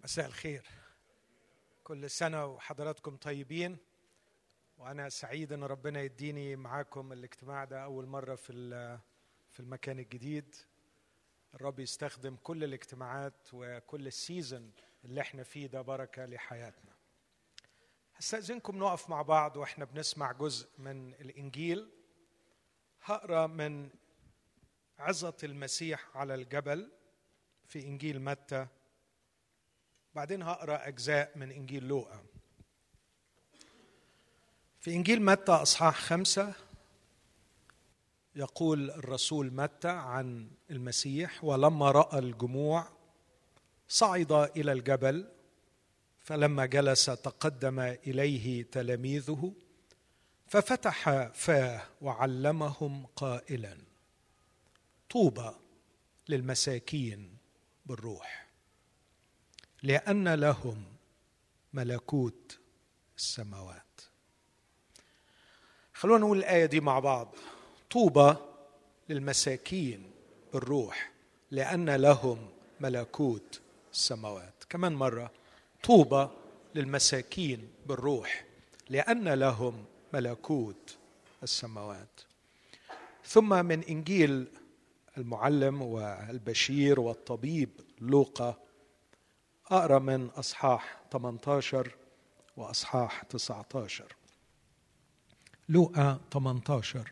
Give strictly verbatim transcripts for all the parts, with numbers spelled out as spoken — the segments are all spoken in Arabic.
مساء الخير. كل سنة وحضراتكم طيبين، وأنا سعيد أن ربنا يديني معاكم الاجتماع ده أول مرة في في المكان الجديد. الرب يستخدم كل الاجتماعات وكل السيزن اللي احنا فيه ده بركة لحياتنا. هستأذنكم نقف مع بعض واحنا بنسمع جزء من الإنجيل. هقرأ من عظة المسيح على الجبل في إنجيل متى، بعدين هقرأ أجزاء من إنجيل لوقا. في إنجيل متى أصحاح خمسة يقول الرسول متى عن المسيح: ولما رأى الجموع صعد إلى الجبل، فلما جلس تقدم إليه تلاميذه ففتح فاه وعلمهم قائلا: طوبى للمساكين بالروح، لأن لهم ملكوت السماوات. خلونا نقول الآية دي مع بعض: طوبى للمساكين بالروح، لأن لهم ملكوت السماوات. كمان مرة: طوبى للمساكين بالروح، لأن لهم ملكوت السماوات. ثم من إنجيل المعلم والبشير والطبيب لوقا أقرأ من أصحاح ثمانية عشر وأصحاح تسعة عشر. لوقا ثمانية عشر: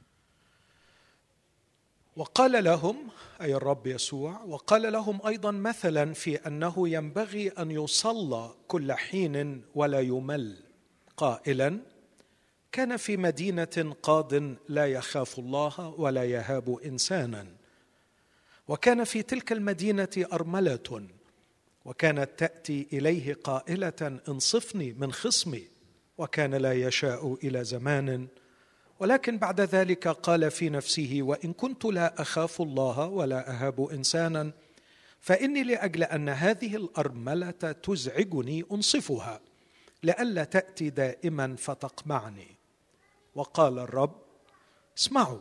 وقال لهم، أي الرب يسوع، وقال لهم أيضا مثلا في أنه ينبغي أن يصلى كل حين ولا يمل، قائلا: كان في مدينة قاض لا يخاف الله ولا يهاب إنسانا، وكان في تلك المدينة أرملة، وكانت تأتي إليه قائلة: انصفني من خصمي، وكان لا يشاء إلى زمان. ولكن بعد ذلك قال في نفسه: وإن كنت لا أخاف الله ولا أهاب إنسانا، فإني لأجل أن هذه الأرملة تزعجني أنصفها، لئلا تأتي دائما فتقمعني. وقال الرب: اسمعوا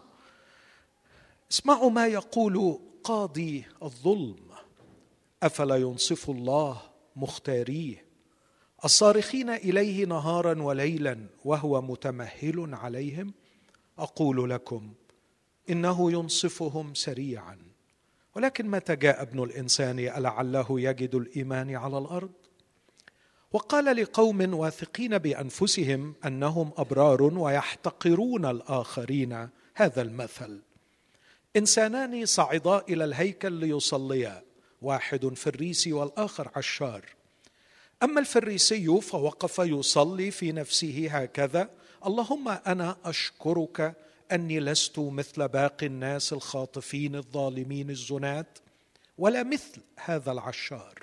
اسمعوا ما يقول قاضي الظلم، أفلا ينصف الله مختاريه الصارخين إليه نهارا وليلا وهو متمهل عليهم؟ أقول لكم إنه ينصفهم سريعا. ولكن متى جاء ابن الإنسان ألعله يجد الإيمان على الأرض؟ وقال لقوم واثقين بأنفسهم أنهم أبرار ويحتقرون الآخرين هذا المثل: إنسانان صعدا إلى الهيكل ليصليا، واحد فريسي والآخر عشار. أما الفريسي فوقف يصلي في نفسه هكذا: اللهم أنا أشكرك أني لست مثل باقي الناس الخاطفين الظالمين الزنات، ولا مثل هذا العشار.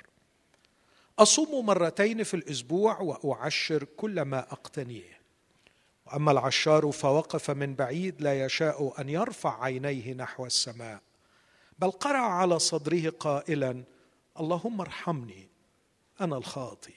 أصوم مرتين في الأسبوع وأعشر كل ما أقتنيه. وأما العشار فوقف من بعيد لا يشاء أن يرفع عينيه نحو السماء، بل قرع على صدره قائلا: اللهم ارحمني أنا الخاطي.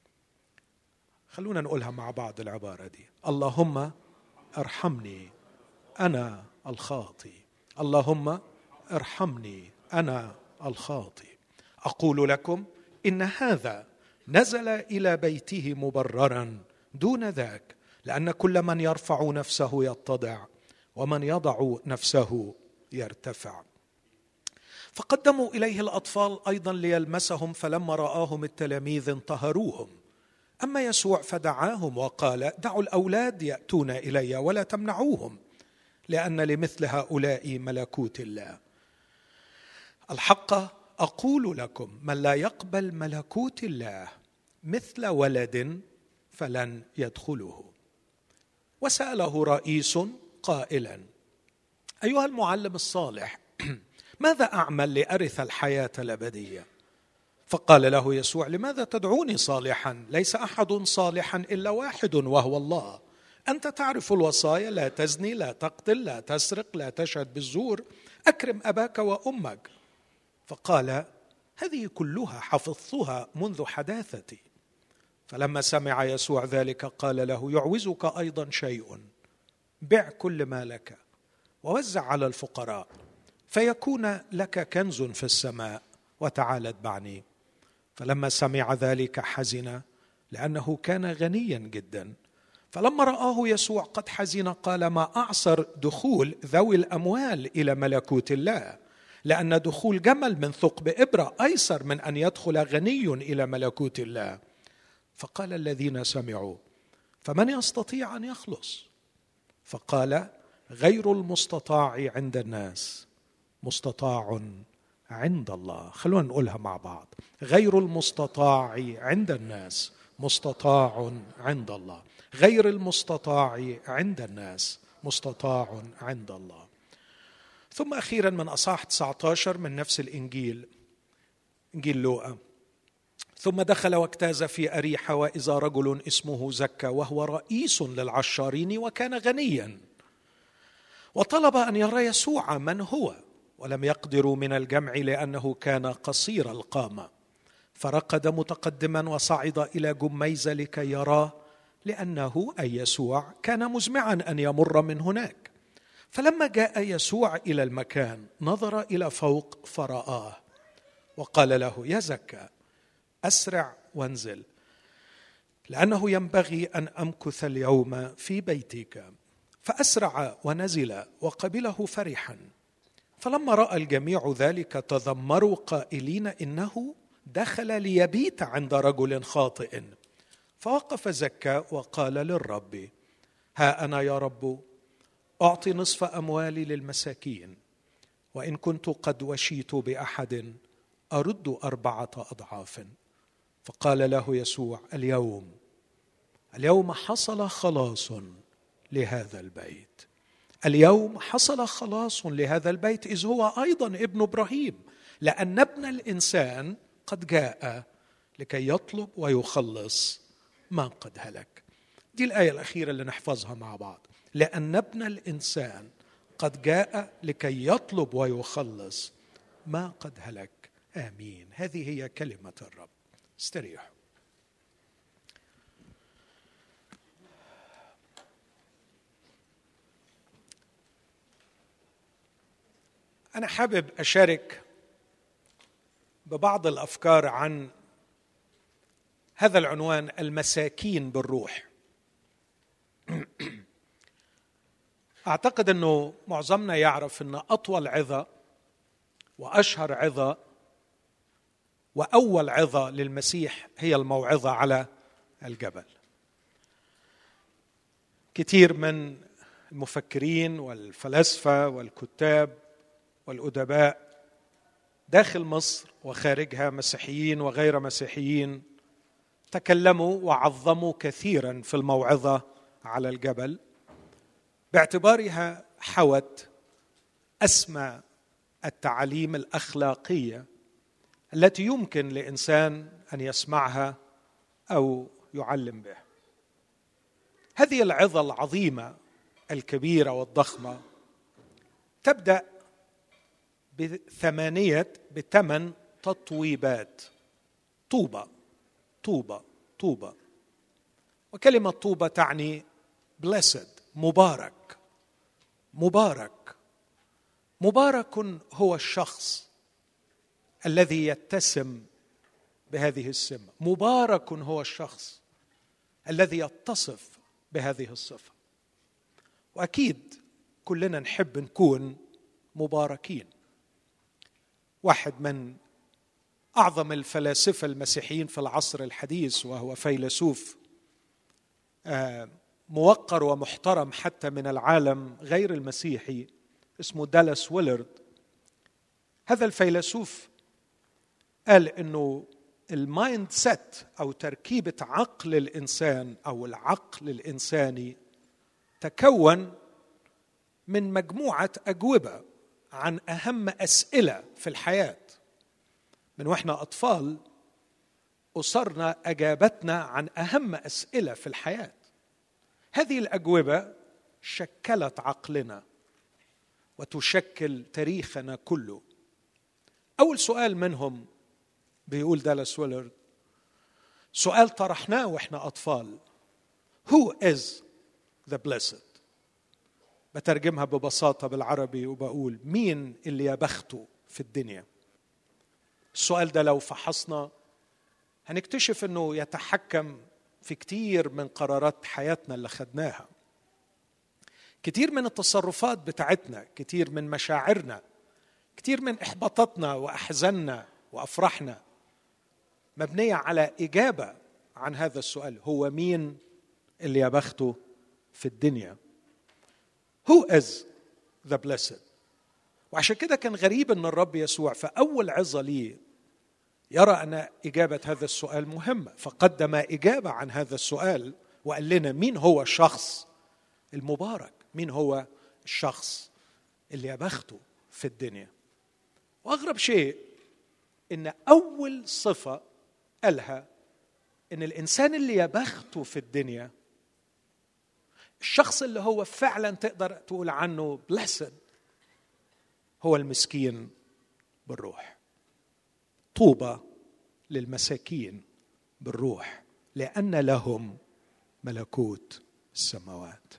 خلونا نقولها مع بعض العبارة دي: اللهم ارحمني أنا الخاطي، اللهم ارحمني أنا الخاطي. أقول لكم إن هذا نزل إلى بيته مبررا دون ذاك، لأن كل من يرفع نفسه يتضع، ومن يضع نفسه يرتفع. فقدموا إليه الأطفال أيضا ليلمسهم، فلما رآهم التلاميذ انتهروهم. أما يسوع فدعاهم وقال: دعوا الأولاد يأتون إلي ولا تمنعوهم، لأن لمثل هؤلاء ملكوت الله. الحق أقول لكم من لا يقبل ملكوت الله مثل ولد فلن يدخله. وسأله رئيس قائلا: أيها المعلم الصالح، ماذا أعمل لأرث الحياة الأبدية؟ فقال له يسوع: لماذا تدعوني صالحا؟ ليس أحد صالحا إلا واحد، وهو الله. أنت تعرف الوصايا: لا تزني، لا تقتل، لا تسرق، لا تشهد بالزور، أكرم أباك وأمك. فقال: هذه كلها حفظتها منذ حداثتي. فلما سمع يسوع ذلك قال له: يعوزك أيضا شيء، بع كل ما لك ووزع على الفقراء، فيكون لك كنز في السماء، وتعال اتبعني. فلما سمع ذلك حزن لأنه كان غنيا جدا. فلما رآه يسوع قد حزن قال: ما أعسر دخول ذوي الأموال إلى ملكوت الله، لأن دخول جمل من ثقب إبرة أيسر من أن يدخل غني إلى ملكوت الله. فقال الذين سمعوا: فمن يستطيع أن يخلص؟ فقال: غير المستطاع عند الناس مستطاع عند الله. خلونا نقولها مع بعض: غير المستطاع عند الناس مستطاع عند الله. غير المستطاع عند الناس مستطاع عند الله. ثم أخيرا من أصحاح تسعة عشر من نفس الإنجيل، إنجيل لوقا: ثم دخل واجتاز في أريحة، وإذا رجل اسمه زكا وهو رئيس للعشارين وكان غنيا، وطلب أن يرى يسوع من هو، ولم يقدروا من الجمع لأنه كان قصير القامة. فرقد متقدما وصعد إلى جميزة لكي يراه، لأنه أي يسوع كان مزمعا أن يمر من هناك. فلما جاء يسوع إلى المكان نظر إلى فوق فرآه، وقال له: يا زكا، أسرع وانزل، لأنه ينبغي أن أمكث اليوم في بيتك. فأسرع ونزل وقبله فرحا. فلما رأى الجميع ذلك تذمروا قائلين: إنه دخل ليبيت عند رجل خاطئ. فوقف زكا وقال للرب: ها أنا يا رب أعطي نصف أموالي للمساكين، وإن كنت قد وشيت بأحد أرد أربعة أضعاف. فقال له يسوع: اليوم اليوم حصل خلاص لهذا البيت. اليوم حصل خلاص لهذا البيت، إذ هو أيضا ابن إبراهيم، لأن ابن الإنسان قد جاء لكي يطلب ويخلص ما قد هلك. دي الآية الأخيرة اللي نحفظها مع بعض: لأن ابن الإنسان قد جاء لكي يطلب ويخلص ما قد هلك. آمين. هذه هي كلمة الرب. استريحوا. أنا حابب أشارك ببعض الأفكار عن هذا العنوان: المساكين بالروح. أعتقد أنه معظمنا يعرف أن أطول عظة وأشهر عظة وأول عظة للمسيح هي الموعظة على الجبل. كثير من المفكرين والفلاسفة والكتاب والأدباء داخل مصر وخارجها، مسيحيين وغير مسيحيين، تكلموا وعظموا كثيرا في الموعظة على الجبل، باعتبارها حوت أسمى التعاليم الأخلاقية التي يمكن لإنسان أن يسمعها أو يعلم بها. هذه العظة العظيمة الكبيرة والضخمة تبدأ بثمانية بثمان تطويبات: طوبى طوبى طوبى. وكلمة طوبى تعني blessed، مبارك مبارك مبارك. هو الشخص الذي يتسم بهذه السمة، مبارك هو الشخص الذي يتصف بهذه الصفة. وأكيد كلنا نحب نكون مباركين. واحد من أعظم الفلاسفة المسيحيين في العصر الحديث، وهو فيلسوف موقر ومحترم حتى من العالم غير المسيحي، اسمه دالاس ويلرد. هذا الفيلسوف قال إنه المايند سيت أو تركيبة عقل الإنسان أو العقل الإنساني تكون من مجموعة أجوبة عن أهم أسئلة في الحياة. من وإحنا أطفال أسرنا أجابتنا عن أهم أسئلة في الحياة. هذه الأجوبة شكلت عقلنا وتشكل تاريخنا كله. أول سؤال منهم، بيقول دالاس ويلرد، سؤال طرحناه وإحنا أطفال: Who is the blessed؟ بترجمها ببساطة بالعربي وبقول: مين اللي يا بخته في الدنيا؟ السؤال ده لو فحصنا هنكتشف أنه يتحكم في كتير من قرارات حياتنا اللي خدناها، كتير من التصرفات بتاعتنا، كتير من مشاعرنا، كتير من إحباطاتنا وأحزاننا وأفراحنا مبنية على إجابة عن هذا السؤال: هو مين اللي يا بخته في الدنيا؟ Who is the blessed؟ وعشان كده كان غريب أن الرب يسوع في أول عظة ليه يرى أن إجابة هذا السؤال مهمة، فقدم إجابة عن هذا السؤال وقال لنا مين هو الشخص المبارك، مين هو الشخص اللي يا بخته في الدنيا. وأغرب شيء إن أول صفة قالها إن الإنسان اللي يا بخته في الدنيا، الشخص اللي هو فعلا تقدر تقول عنه blessed، هو المسكين بالروح. طوبى للمساكين بالروح لأن لهم ملكوت السماوات.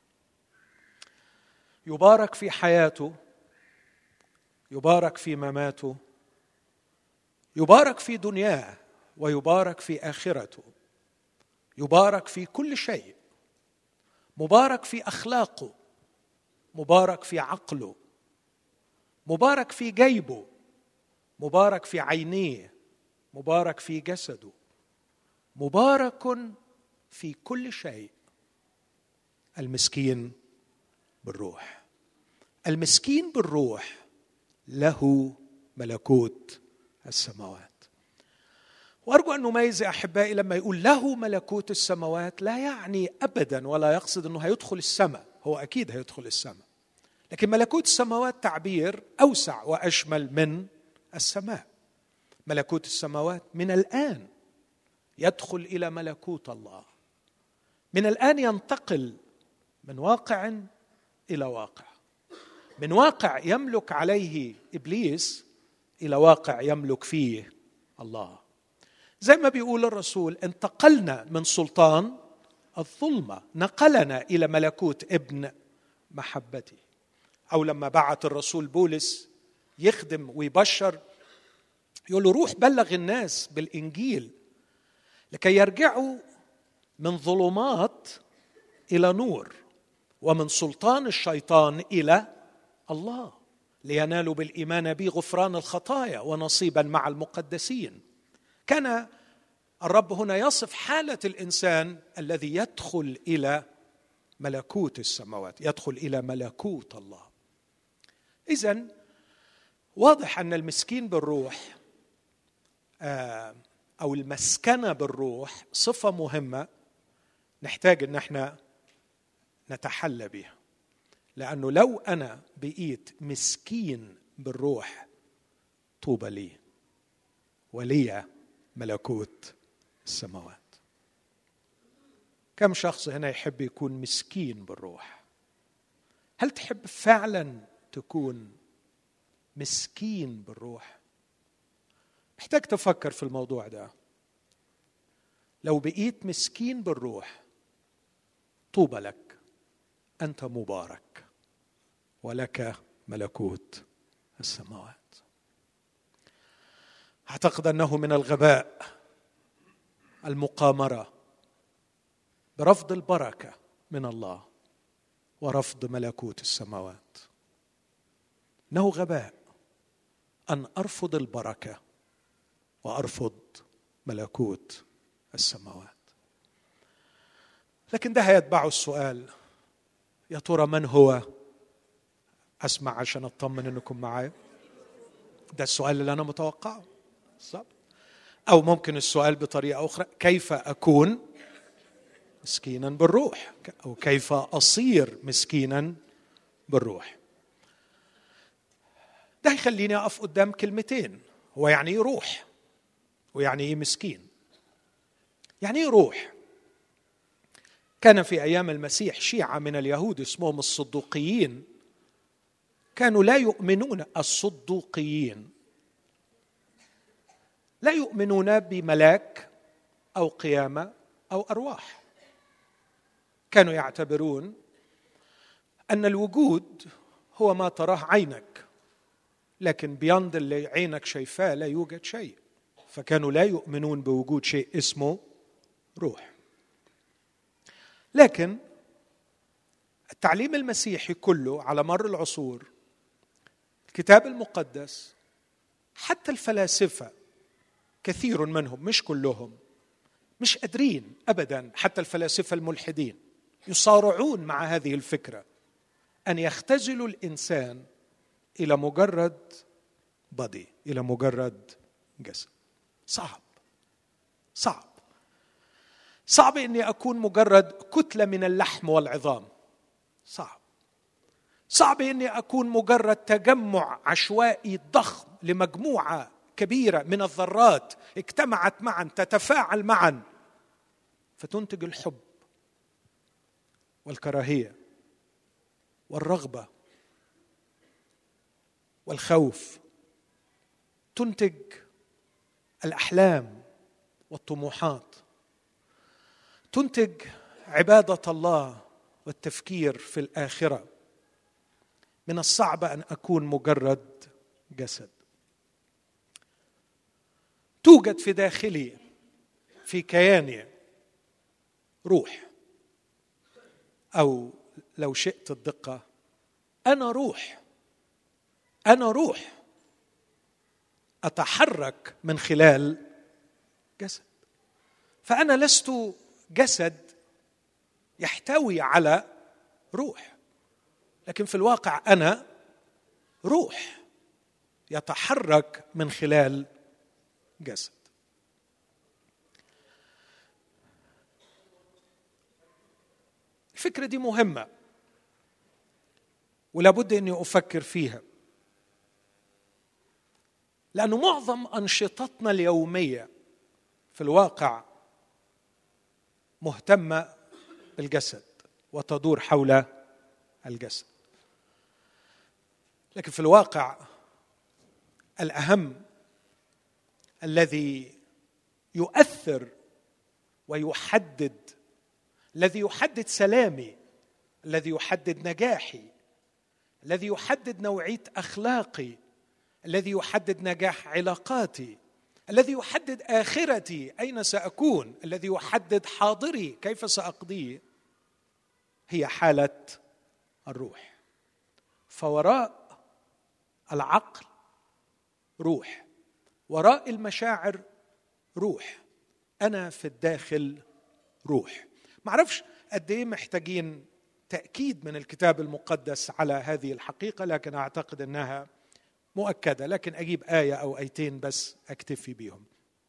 يبارك في حياته، يبارك في مماته، يبارك في دنياه، ويبارك في آخرته، يبارك في كل شيء، مبارك في أخلاقه، مبارك في عقله، مبارك في جيبه، مبارك في عينيه، مبارك في جسده، مبارك في كل شيء. المسكين بالروح، المسكين بالروح له ملكوت السماوات. وأرجو أن نميز أحبائي، لما يقول له ملكوت السماوات لا يعني أبدا ولا يقصد أنه هيدخل السماء، هو أكيد هيدخل السماء، لكن ملكوت السماوات تعبير أوسع وأشمل من السماء. ملكوت السماوات من الآن يدخل إلى ملكوت الله، من الآن ينتقل من واقع إلى واقع، من واقع يملك عليه إبليس إلى واقع يملك فيه الله. زي ما بيقول الرسول: انتقلنا من سلطان الظلمة، نقلنا إلى ملكوت ابن محبته. أو لما بعت الرسول بولس يخدم ويبشر، يقول له: روح بلغ الناس بالإنجيل لكي يرجعوا من ظلمات إلى نور، ومن سلطان الشيطان إلى الله، لينالوا بالإيمان بي غفران الخطايا ونصيبا مع المقدسين. كان الرب هنا يصف حالة الإنسان الذي يدخل إلى ملكوت السماوات، يدخل إلى ملكوت الله. إذن واضح أن المسكين بالروح أو المسكنة بالروح صفة مهمة نحتاج أن احنا نتحلى بها، لأنه لو أنا بقيت مسكين بالروح طوبى لي ولي ملكوت السماوات. كم شخص هنا يحب يكون مسكين بالروح؟ هل تحب فعلا تكون مسكين بالروح؟ محتاج تفكر في الموضوع ده. لو بقيت مسكين بالروح طوبى لك، أنت مبارك ولك ملكوت السماوات. أعتقد أنه من الغباء المقامرة برفض البركة من الله ورفض ملكوت السماوات. إنه غباء أن أرفض البركة وأرفض ملكوت السماوات. لكن ده هيتبعه السؤال: يا ترى من هو؟ أسمع عشان أطمن أنكم معايا. ده السؤال اللي أنا متوقعه صح؟ أو ممكن السؤال بطريقة أخرى: كيف أكون مسكينا بالروح؟ أو كيف أصير مسكينا بالروح؟ ده يخليني أقف قدام كلمتين: هو يعني إيه روح؟ ويعني إيه مسكين؟ يعني إيه روح؟ كان في أيام المسيح شيعة من اليهود اسمهم الصدوقيين، كانوا لا يؤمنون، الصدوقيين لا يؤمنون بملاك أو قيامة أو أرواح. كانوا يعتبرون أن الوجود هو ما تراه عينك، لكن بيند اللي عينك شايفاه لا يوجد شيء. فكانوا لا يؤمنون بوجود شيء اسمه روح. لكن التعليم المسيحي كله على مر العصور، الكتاب المقدس، حتى الفلاسفة كثير منهم مش كلهم مش قادرين أبدا، حتى الفلاسفة الملحدين يصارعون مع هذه الفكرة أن يختزلوا الإنسان إلى مجرد بادي، إلى مجرد جسد. صعب صعب صعب أني أكون مجرد كتلة من اللحم والعظام. صعب صعب أني أكون مجرد تجمع عشوائي ضخم لمجموعة كبيرة من الذرات اجتمعت معا تتفاعل معا فتنتج الحب والكراهية والرغبة والخوف، تنتج الأحلام والطموحات، تنتج عبادة الله والتفكير في الآخرة. من الصعب أن أكون مجرد جسد. توجد في داخلي، في كياني، روح، أو لو شئت الدقة أنا روح. أنا روح أتحرك من خلال جسد. فأنا لست جسد يحتوي على روح، لكن في الواقع أنا روح يتحرك من خلال جسد. الفكرة دي مهمة ولا بد أني أفكر فيها، لأنه معظم أنشطتنا اليومية في الواقع مهتمة بالجسد وتدور حول الجسد. لكن في الواقع الأهم الذي يؤثر ويحدد، الذي يحدد سلامي، الذي يحدد نجاحي، الذي يحدد نوعية أخلاقي، الذي يحدد نجاح علاقاتي، الذي يحدد آخرتي أين سأكون، الذي يحدد حاضري كيف سأقضيه، هي حالة الروح. فوراء العقل روح، وراء المشاعر روح، أنا في الداخل روح. معرفش قد إيه محتاجين تأكيد من الكتاب المقدس على هذه الحقيقة، لكن أعتقد أنها مؤكدة. لكن أجيب آية أو آيتين بس أكتفي بيهم.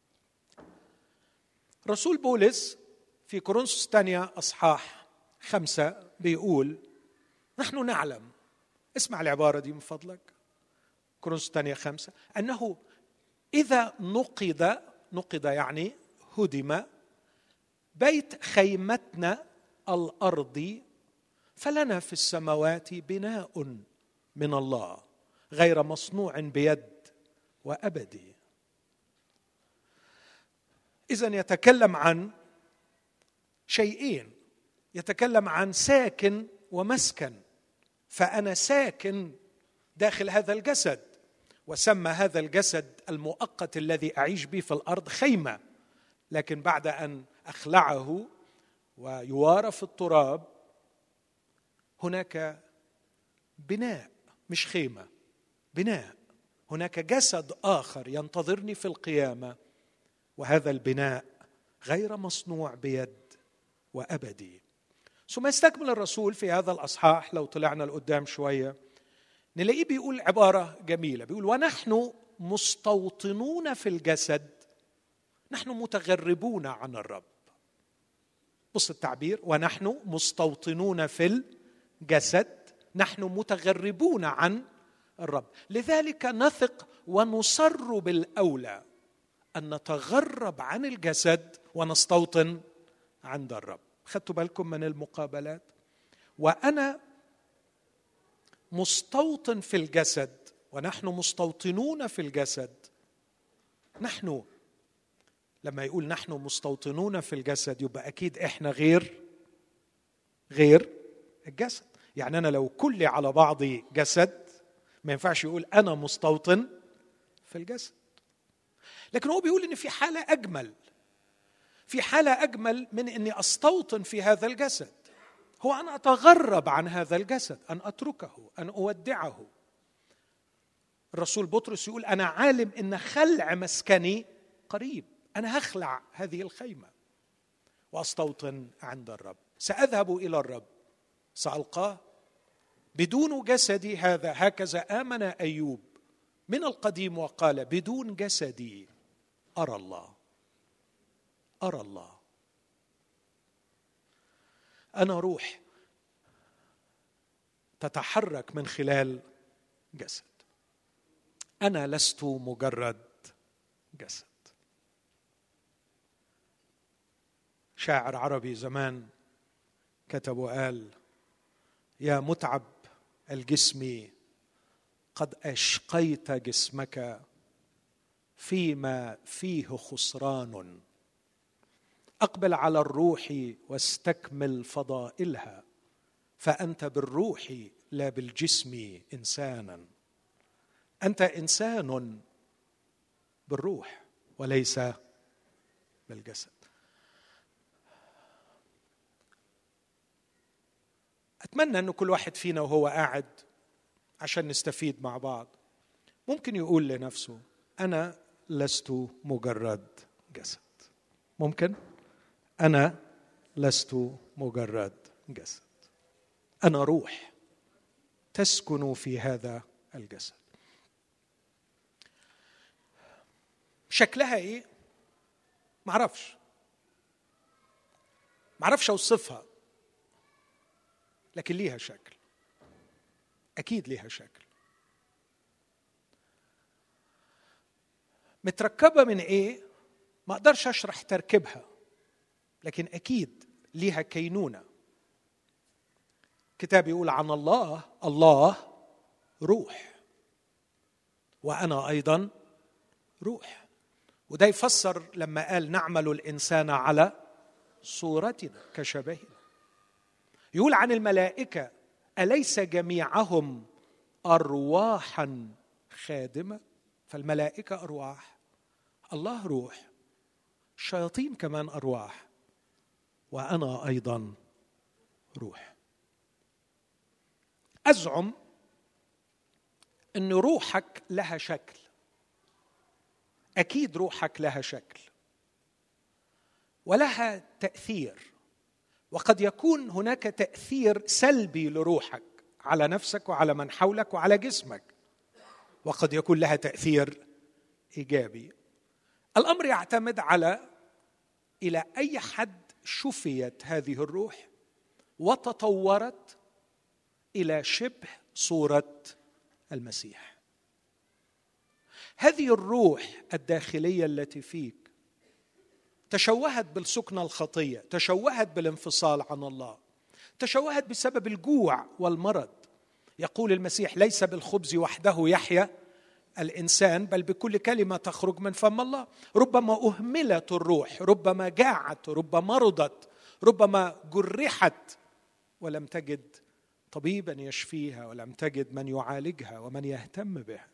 رسول بولس في كورنثوس الثانية أصحاح خمسة بيقول نحن نعلم، اسمع العبارة دي من فضلك، كورنثوس الثانية خمسة، أنه إذا نقض نقض يعني هدم بيت خيمتنا الأرضي فلنا في السماوات بناء من الله غير مصنوع بيد وأبدي. إذن يتكلم عن شيئين، يتكلم عن ساكن ومسكن. فأنا ساكن داخل هذا الجسد، وسمى هذا الجسد المؤقت الذي أعيش به في الأرض خيمة، لكن بعد أن أخلعه ويوارى في التراب هناك بناء، مش خيمة، بناء. هناك جسد آخر ينتظرني في القيامة، وهذا البناء غير مصنوع بيد وأبدي. ثم يستكمل الرسول في هذا الأصحاح، لو طلعنا لقدام شوية نلاقيه بيقول عبارة جميلة، بيقول ونحن مستوطنون في الجسد، نحن متغربون عن الرب. بص التعبير، ونحن مستوطنون في الجسد، نحن متغربون عن الرب. لذلك نثق ونصر بالأولى أن نتغرب عن الجسد ونستوطن عند الرب. خدتوا بالكم من المقابلات؟ وأنا مستوطن في الجسد ونحن مستوطنون في الجسد. نحن لما يقول نحن مستوطنون في الجسد يبقى أكيد إحنا غير غير الجسد. يعني أنا لو كلي على بعضي جسد ما ينفعش يقول أنا مستوطن في الجسد. لكن هو بيقول إن في حالة أجمل، في حالة أجمل من أني أستوطن في هذا الجسد، هو أن أتغرب عن هذا الجسد، أن أتركه، أن أودعه. الرسول بطرس يقول أنا عالم إن خلع مسكني قريب، أنا هخلع هذه الخيمة وأستوطن عند الرب، سأذهب إلى الرب سألقاه. بدون جسدي هذا، هكذا آمن أيوب من القديم وقال بدون جسدي أرى الله، أرى الله. أنا روح تتحرك من خلال جسد، أنا لست مجرد جسد. شاعر عربي زمان كتب وقال يا متعب الجسم قد أشقيت جسمك فيما فيه خسران، أقبل على الروح واستكمل فضائلها، فأنت بالروح لا بالجسم إنسانا، أنت إنسان بالروح وليس بالجسد. أتمنى أن كل واحد فينا وهو قاعد عشان نستفيد مع بعض ممكن يقول لنفسه أنا لست مجرد جسد. ممكن أنا لست مجرد جسد، أنا روح تسكن في هذا الجسد. شكلها إيه؟ معرفش معرفش أوصفها، لكن ليها شكل، أكيد ليها شكل. متركبة من إيه؟ ما أقدرش أشرح تركيبها، لكن أكيد ليها كينونة. كتاب يقول عن الله الله روح، وأنا أيضا روح. وده يفسر لما قال نعمل الإنسان على صورتنا كشبهنا. يقول عن الملائكة أليس جميعهم أرواحا خادمة؟ فالملائكة أرواح، الله روح، الشياطين كمان أرواح، وأنا أيضا روح. أزعم أن روحك لها شكل، أكيد روحك لها شكل ولها تأثير، وقد يكون هناك تأثير سلبي لروحك على نفسك وعلى من حولك وعلى جسمك، وقد يكون لها تأثير إيجابي. الأمر يعتمد على إلى أي حد شفيت هذه الروح وتطورت إلى شبه صورة المسيح. هذه الروح الداخلية التي فيك تشوهت بالسكنة الخطية، تشوهت بالانفصال عن الله، تشوهت بسبب الجوع والمرض. يقول المسيح ليس بالخبز وحده يحيا الإنسان بل بكل كلمة تخرج من فم الله. ربما أهملت الروح، ربما جاعت، ربما مرضت، ربما جرحت ولم تجد طبيبا يشفيها، ولم تجد من يعالجها ومن يهتم بها.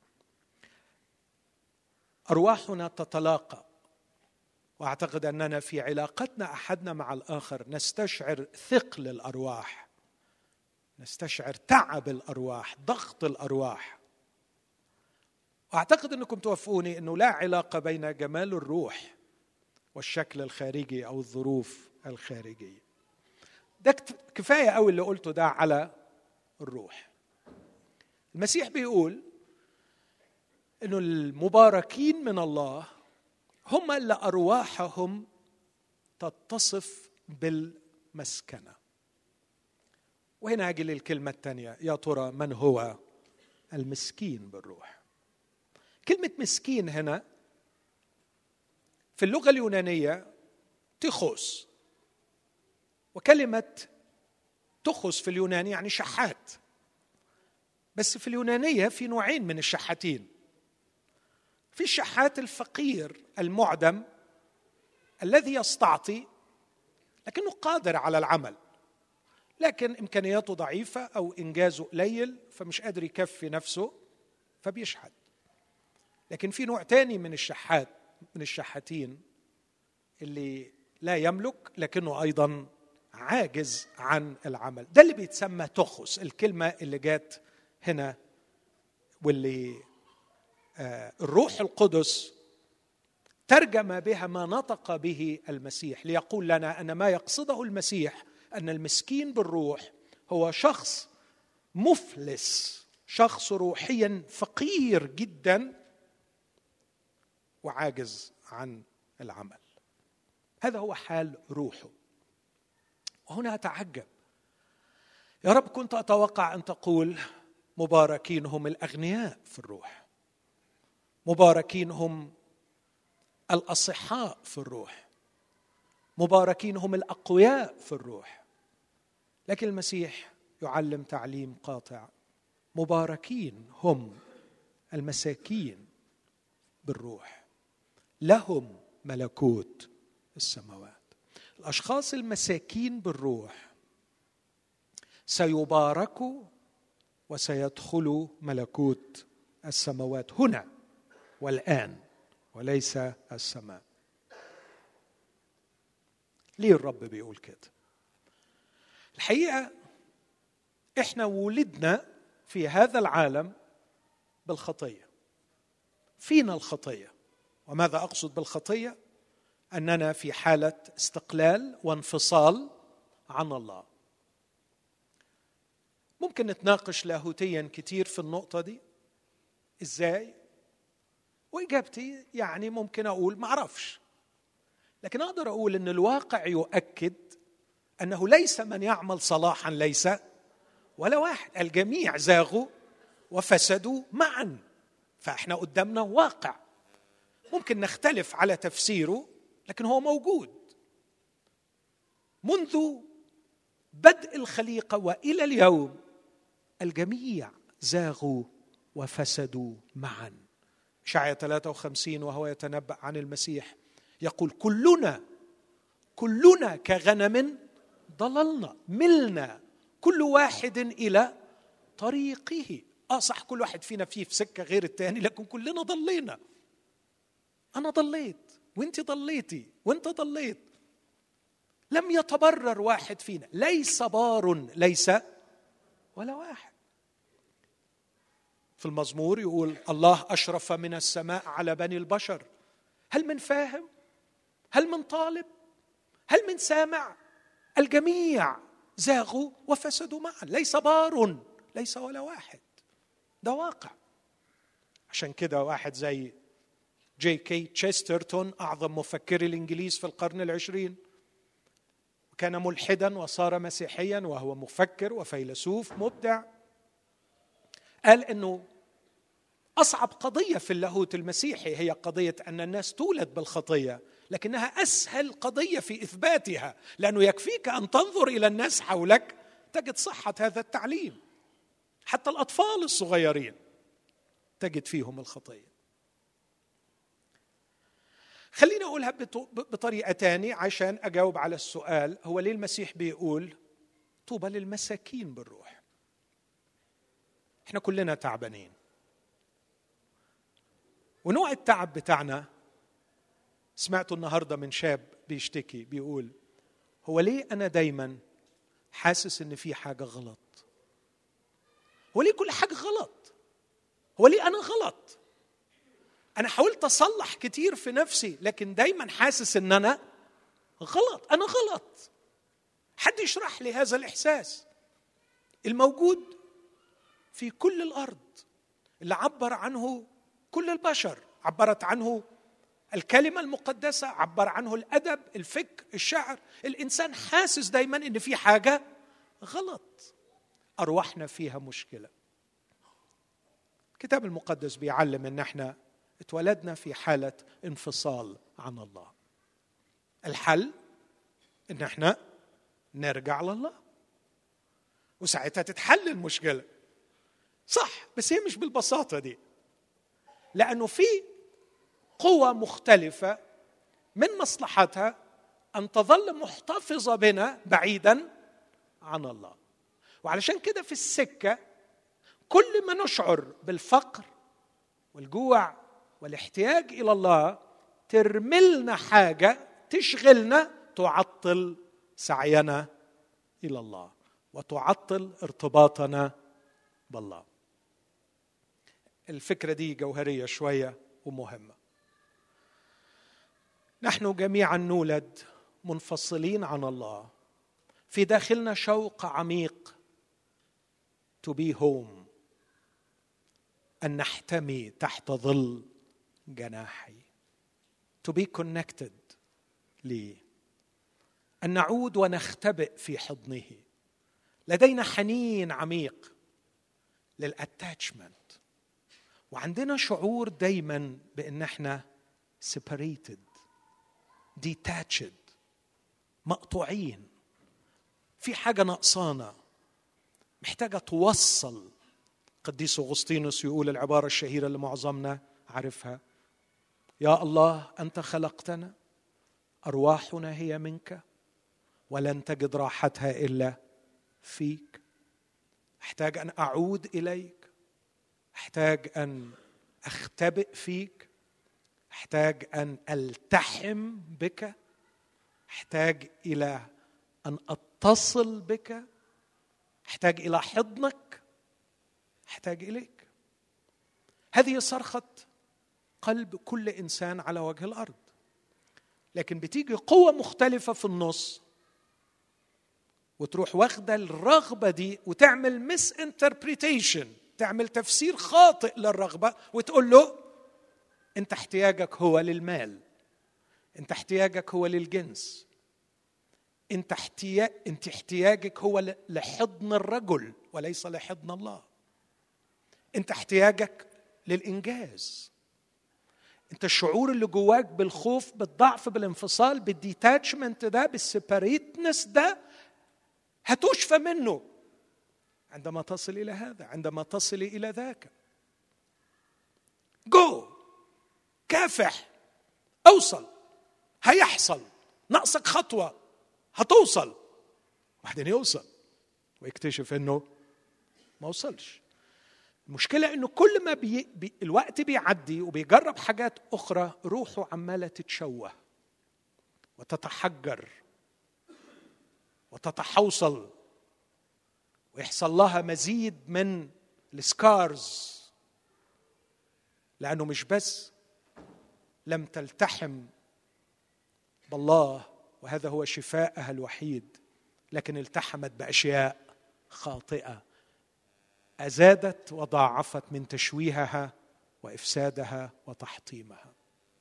أرواحنا تتلاقى، وأعتقد أننا في علاقتنا أحدنا مع الآخر نستشعر ثقل الأرواح، نستشعر تعب الأرواح، ضغط الأرواح. وأعتقد أنكم توافقوني أنه لا علاقة بين جمال الروح والشكل الخارجي أو الظروف الخارجية. ده كفاية أوي اللي قلته ده على الروح. المسيح بيقول أنه المباركين من الله هم اللي أرواحهم تتصف بالمسكنة. وهنا أجي للكلمة الثانية، يا ترى من هو المسكين بالروح؟ كلمة مسكين هنا في اللغة اليونانية تخوس، وكلمة تخوس في اليوناني يعني شحات، بس في اليونانية في نوعين من الشحاتين. في الشحات الفقير المعدم الذي يستعطي لكنه قادر على العمل، لكن إمكانياته ضعيفة أو إنجازه قليل فمش قادر يكفي نفسه فبيشحت. لكن في نوع تاني من الشحات من الشحاتين اللي لا يملك لكنه أيضا عاجز عن العمل. ده اللي بيتسمى تخص، الكلمة اللي جات هنا واللي آه الروح القدس ترجم بها ما نطق به المسيح ليقول لنا أن ما يقصده المسيح أن المسكين بالروح هو شخص مفلس، شخص روحيا فقير جدا وعاجز عن العمل. هذا هو حال روحه. وهنا أتعجب، يا رب كنت أتوقع أن تقول مباركين هم الأغنياء في الروح، مباركين هم الأصحاء في الروح، مباركين هم الأقوياء في الروح. لكن المسيح يعلم تعليم قاطع، مباركين هم المساكين بالروح، لهم ملكوت السماوات. الأشخاص المساكين بالروح سيباركوا وسيدخلوا ملكوت السماوات هنا والآن وليس السماء. ليه الرب بيقول كده؟ الحقيقة إحنا ولدنا في هذا العالم بالخطية، فينا الخطية. وماذا أقصد بالخطية؟ أننا في حالة استقلال وانفصال عن الله. ممكن نتناقش لاهوتيا كتير في النقطة دي، إزاي؟ وإجابتي يعني ممكن أقول معرفش، لكن أقدر أقول أن الواقع يؤكد أنه ليس من يعمل صلاحا ليس ولا واحد، الجميع زاغوا وفسدوا معا. فإحنا قدامنا واقع ممكن نختلف على تفسيره، لكن هو موجود. منذ بدء الخليقة وإلى اليوم الجميع زاغوا وفسدوا معا. إشعياء ثلاثة وخمسين وهو يتنبأ عن المسيح يقول كلنا كلنا كغنم ضللنا، ملنا كل واحد إلى طريقه. آه صح، كل واحد فينا فيه في سكة غير التاني، لكن كلنا ضلينا. أنا ضليت وانت ضليتي وانت ضليت. لم يتبرر واحد فينا، ليس بار ليس ولا واحد. في المزمور يقول الله أشرف من السماء على بني البشر. هل من فاهم؟ هل من طالب؟ هل من سامع؟ الجميع زاغوا وفسدوا معا، ليس بار ليس ولا واحد. ده واقع. عشان كده واحد زي جي كي تشسترتون، أعظم مفكري الإنجليز في القرن العشرين، كان ملحدا وصار مسيحيا وهو مفكر وفيلسوف مبدع، قال إنه أصعب قضية في اللاهوت المسيحي هي قضية أن الناس تولد بالخطية، لكنها أسهل قضية في إثباتها، لأنه يكفيك أن تنظر إلى الناس حولك تجد صحة هذا التعليم. حتى الأطفال الصغيرين تجد فيهم الخطية. خليني أقولها بطريقة تانية عشان أجاوب على السؤال، هو ليه المسيح بيقول طوبى للمساكين بالروح؟ احنا كلنا تعبانين، ونوع التعب بتاعنا سمعته النهاردة من شاب بيشتكي بيقول هو ليه أنا دايما حاسس إن في حاجة غلط؟ هو ليه كل حاجة غلط؟ هو ليه أنا غلط؟ أنا حاولت أصلح كتير في نفسي لكن دايما حاسس إن أنا غلط، أنا غلط. حد يشرح لي هذا الإحساس الموجود في كل الأرض، اللي عبر عنه كل البشر، عبرت عنه الكلمة المقدسة، عبر عنه الأدب، الفكر، الشعر. الإنسان حاسس دايما إن في حاجة غلط، أرواحنا فيها مشكلة. الكتاب المقدس بيعلم إن احنا اتولدنا في حالة انفصال عن الله. الحل إن احنا نرجع لله وساعتها تتحل المشكلة. صح، بس هي مش بالبساطة دي، لأنه في قوة مختلفة من مصلحتها أن تظل محتفظة بنا بعيدا عن الله. وعلشان كده في السكة كل ما نشعر بالفقر والجوع والاحتياج إلى الله ترملنا حاجة تشغلنا تعطل سعينا إلى الله وتعطل ارتباطنا بالله. الفكرة دي جوهرية شوية ومهمة. نحن جميعا نولد منفصلين عن الله، في داخلنا شوق عميق to be home، أن نحتمي تحت ظل جناحي، to be connected لي، أن نعود ونختبئ في حضنه. لدينا حنين عميق للاتاتشمنت، وعندنا شعور دايما بأن احنا separated detached، مقطوعين، في حاجة نقصانة محتاجة توصل. قديس أغسطينوس يقول العبارة الشهيرة اللي معظمنا عارفها: يا الله أنت خلقتنا، أرواحنا هي منك، ولن تجد راحتها إلا فيك. أحتاج أن أعود إليك، أحتاج أن أختبئ فيك، أحتاج أن ألتحم بك، أحتاج إلى أن أتصل بك، أحتاج إلى حضنك، أحتاج إليك. هذه صرخة قلب كل إنسان على وجه الأرض. لكن بتيجي قوة مختلفة في النص وتروح واخدة الرغبة دي وتعمل مس انتربريتيشن، تعمل تفسير خاطئ للرغبة، وتقول له أنت احتياجك هو للمال، أنت احتياجك هو للجنس، أنت احتياج أنت احتياجك هو لحضن الرجل وليس لحضن الله، أنت احتياجك للإنجاز، أنت الشعور اللي جواك بالخوف، بالضعف، بالانفصال، بالديتاتشمنت ده، بالسيباريتنس ده، هتشفى منه عندما تصل إلى هذا، عندما تصل إلى ذاك. جو كافح، أوصل، هيحصل، ناقصك خطوة، هتوصل. وبعدين يوصل ويكتشف إنه ما وصلش. المشكلة إنه كل ما بي... بي... الوقت بيعدي وبيجرب حاجات أخرى، روحه عمالة تتشوه وتتحجر وتتحوصل، ويحصل لها مزيد من السكارز، لأنه مش بس لم تلتحم بالله وهذا هو شفائها الوحيد، لكن التحمت بأشياء خاطئة أزادت وضاعفت من تشويهها وإفسادها وتحطيمها.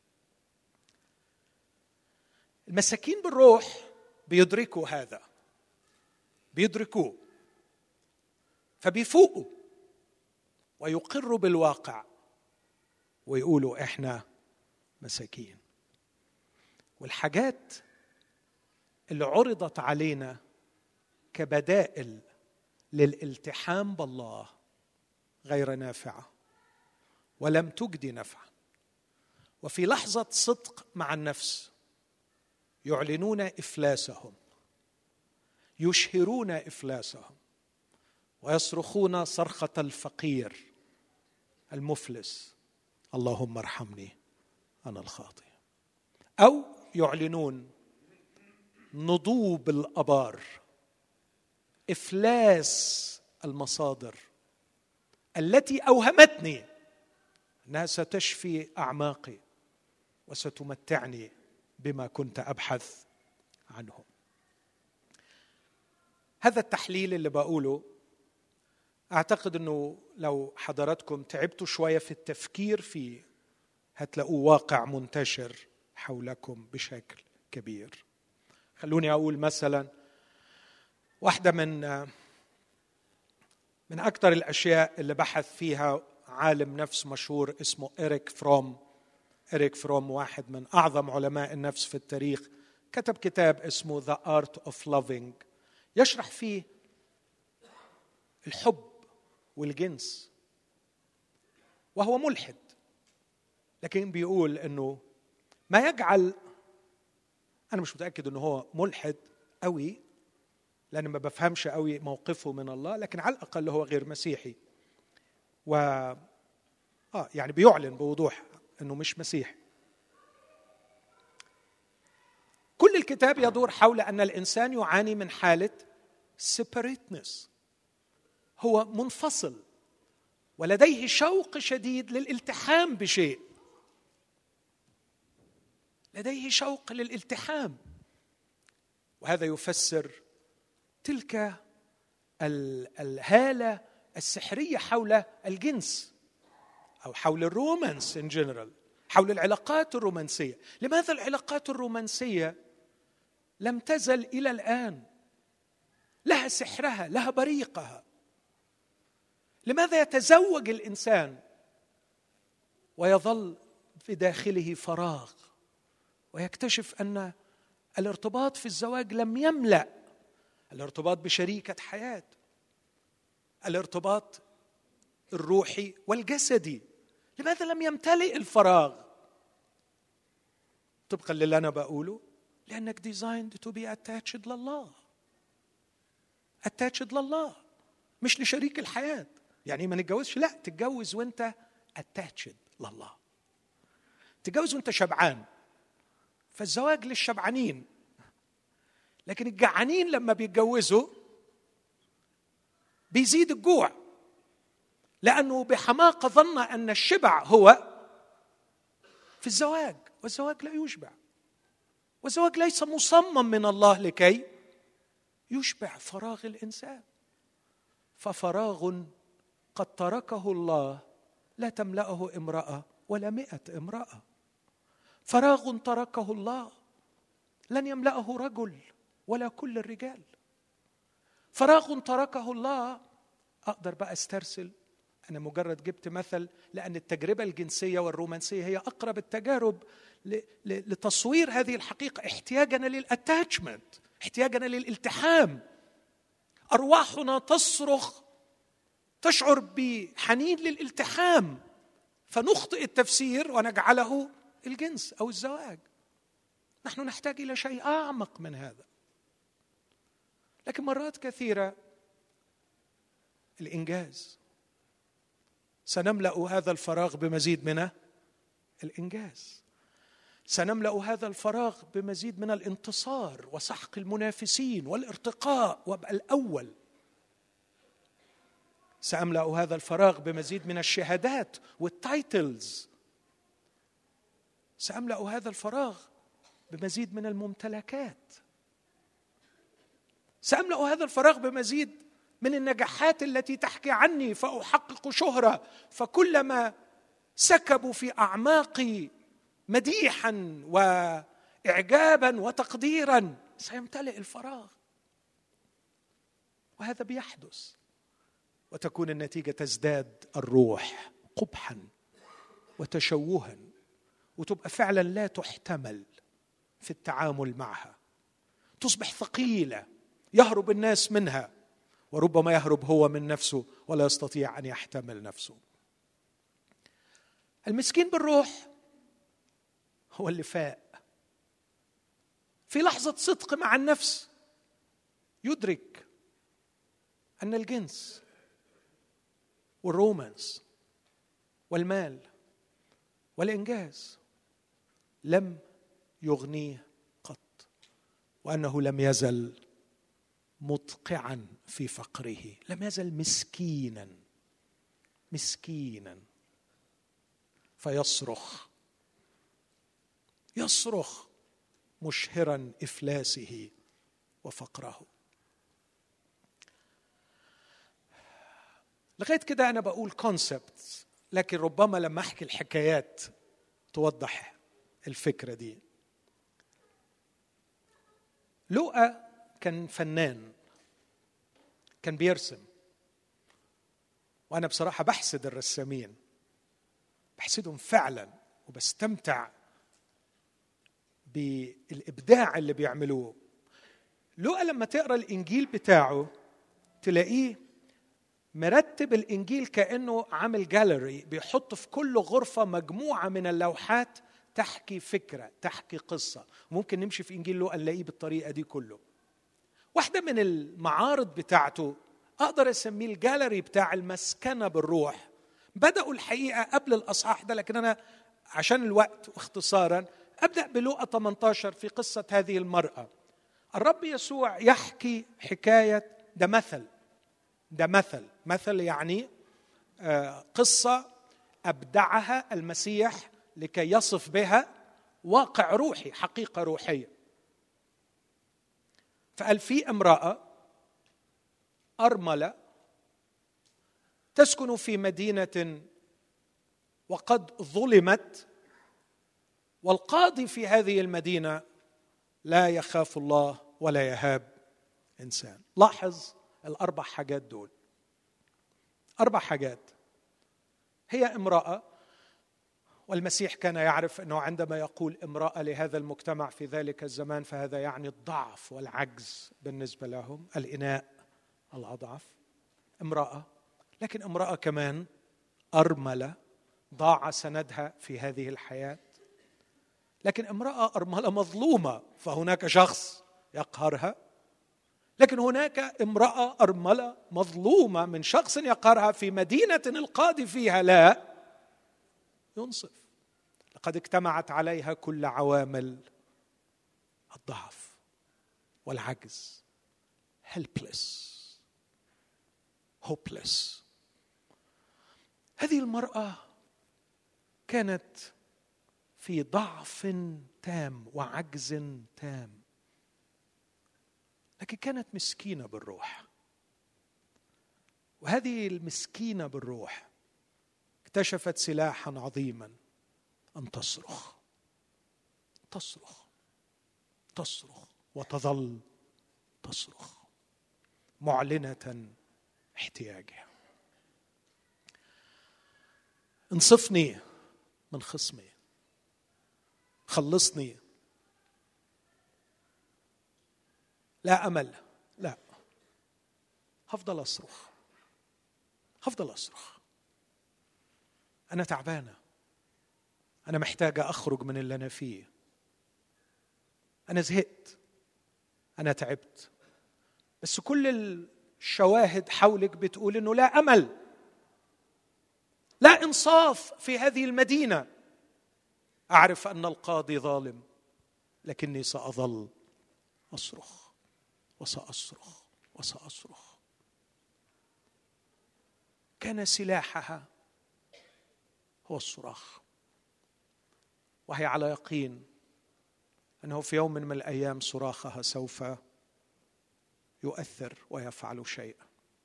المساكين بالروح بيدركوا هذا، بيدركوه، فبيفوقوا ويقروا بالواقع ويقولوا إحنا مساكين. والحاجات اللي عرضت علينا كبدائل للالتحام بالله غير نافعة ولم تجدي نفعا. وفي لحظة صدق مع النفس يعلنون إفلاسهم، يشهرون إفلاسهم، ويصرخون صرخة الفقير المفلس: اللهم ارحمني أنا الخاطئ. أو يعلنون نضوب الأبار، إفلاس المصادر التي أوهمتني أنها ستشفي أعماقي وستمتعني بما كنت أبحث عنه. هذا التحليل اللي بقوله أعتقد أنه لو حضراتكم تعبتوا شوية في التفكير فيه هتلاقوه واقع منتشر حولكم بشكل كبير. خلوني أقول مثلا واحدة من من أكثر الأشياء اللي بحث فيها عالم نفس مشهور اسمه إريك فروم. إريك فروم واحد من أعظم علماء النفس في التاريخ، كتب كتاب اسمه The Art of Loving، يشرح فيه الحب والجنس، وهو ملحد، لكن بيقول أنه ما يجعل، أنا مش متأكد أنه هو ملحد قوي لأن ما بفهمش قوي موقفه من الله، لكن على الأقل هو غير مسيحي، و آه يعني بيعلن بوضوح أنه مش مسيحي. كل الكتاب يدور حول أن الإنسان يعاني من حالة separateness، هو منفصل ولديه شوق شديد للالتحام بشيء، لديه شوق للالتحام. وهذا يفسر تلك الهالة السحرية حول الجنس أو حول الرومانس in general، حول العلاقات الرومانسية. لماذا العلاقات الرومانسية لم تزل إلى الآن لها سحرها، لها بريقها؟ لماذا يتزوج الإنسان ويظل في داخله فراغ، ويكتشف أن الارتباط في الزواج لم يملأ، الارتباط بشريكة حياة، الارتباط الروحي والجسدي، لماذا لم يمتلئ الفراغ؟ طبقا للي أنا بقوله، لأنك designed to be attached لله، attached لله مش لشريك الحياة. يعني ما نتجوزش، لا، تتجوز وانت attached لله، تتجوز وانت شبعان. فالزواج للشبعانين، لكن الجعانين لما بيتجوزوا بيزيد الجوع، لأنه بحماقة ظن أن الشبع هو في الزواج، والزواج لا يشبع، والزواج ليس مصمم من الله لكي يشبع فراغ الإنسان. ففراغ قد تركه الله لا تملأه امرأة ولا مئة امرأة. فراغ تركه الله لن يملأه رجل ولا كل الرجال. فراغ تركه الله، أقدر بقى استرسل، أنا مجرد جبت مثل لأن التجربة الجنسية والرومانسية هي أقرب التجارب لتصوير هذه الحقيقة. احتياجنا للاتاتشمنت، احتياجنا للالتحام، أرواحنا تصرخ، تشعر بحنين للالتحام، فنخطئ التفسير ونجعله الجنس أو الزواج. نحن نحتاج إلى شيء أعمق من هذا. لكن مرات كثيرة الإنجاز، سنملأ هذا الفراغ بمزيد من الإنجاز، سنملأ هذا الفراغ بمزيد من الانتصار وسحق المنافسين والارتقاء وابقى الأول. سأملأ هذا الفراغ بمزيد من الشهادات والتايتلز. سأملأ هذا الفراغ بمزيد من الممتلكات. سأملأ هذا الفراغ بمزيد من النجاحات التي تحكي عني فأحقق شهرة، فكلما سكبوا في أعماقي مديحا وإعجابا وتقديرا سيمتلئ الفراغ. وهذا بيحدث، وتكون النتيجة تزداد الروح قبحا وتشوها، وتبقى فعلا لا تحتمل في التعامل معها، تصبح ثقيلة يهرب الناس منها، وربما يهرب هو من نفسه ولا يستطيع أن يحتمل نفسه. المسكين بالروح هو اللي فاق في لحظة صدق مع النفس، يدرك أن الجنس والرومانس والمال والإنجاز لم يغنيه قط، وأنه لم يزل مدقعا في فقره، لم يزل مسكينا مسكينا فيصرخ يصرخ مشهرا إفلاسه وفقره. لغاية كده أنا بقول كونسبت، لكن ربما لما أحكي الحكايات توضح الفكرة دي. لوقا كان فنان، كان بيرسم، وأنا بصراحة بحسد الرسامين، بحسدهم فعلا، وبستمتع بالإبداع اللي بيعملوه. لوقا لما تقرأ الإنجيل بتاعه تلاقيه مرتب الإنجيل كأنه عامل جاليري، بيحط في كل غرفة مجموعة من اللوحات تحكي فكرة، تحكي قصة. ممكن نمشي في إنجيل لوقا نلاقيه بالطريقة دي كله. واحدة من المعارض بتاعته أقدر أسميه الجاليري بتاع المسكنة بالروح. بدأوا الحقيقة قبل الأصحاح ده، لكن أنا عشان الوقت واختصارا أبدأ بلوقا ثمانية عشر في قصة هذه المرأة. الرب يسوع يحكي حكاية، ده مثل ده مثل مثل يعني قصة أبدعها المسيح لكي يصف بها واقع روحي، حقيقة روحية. فقال في امرأة أرملة تسكن في مدينة وقد ظلمت، والقاضي في هذه المدينة لا يخاف الله ولا يهاب إنسان. لاحظ الأربع حاجات دول، أربع حاجات. هي امرأة، والمسيح كان يعرف أنه عندما يقول امرأة لهذا المجتمع في ذلك الزمان فهذا يعني الضعف والعجز بالنسبة لهم، الإناء الأضعف. امرأة، لكن امرأة كمان أرملة ضاع سندها في هذه الحياة، لكن امرأة أرملة مظلومة فهناك شخص يقهرها، لكن هناك امرأة أرملة مظلومة من شخص يقهرها في مدينة القاضي فيها لا ينصف. لقد اجتمعت عليها كل عوامل الضعف والعجز. helpless hopeless. هذه المرأة كانت في ضعف تام وعجز تام، لكن كانت مسكينة بالروح. وهذه المسكينة بالروح اكتشفت سلاحا عظيما، أن تصرخ تصرخ تصرخ وتظل تصرخ معلنة احتياجها. انصفني من خصمي، خلصني. لا أمل، لا، هفضل أصرخ هفضل أصرخ. أنا تعبانة، أنا محتاجة أخرج من اللي أنا فيه، أنا زهقت، أنا تعبت. بس كل الشواهد حولك بتقول إنه لا أمل، لا إنصاف في هذه المدينة. أعرف أن القاضي ظالم، لكني سأظل أصرخ وسأصرخ وسأصرخ. كان سلاحها هو الصراخ، وهي على يقين أنه في يوم من الأيام صراخها سوف يؤثر ويفعل شيئا.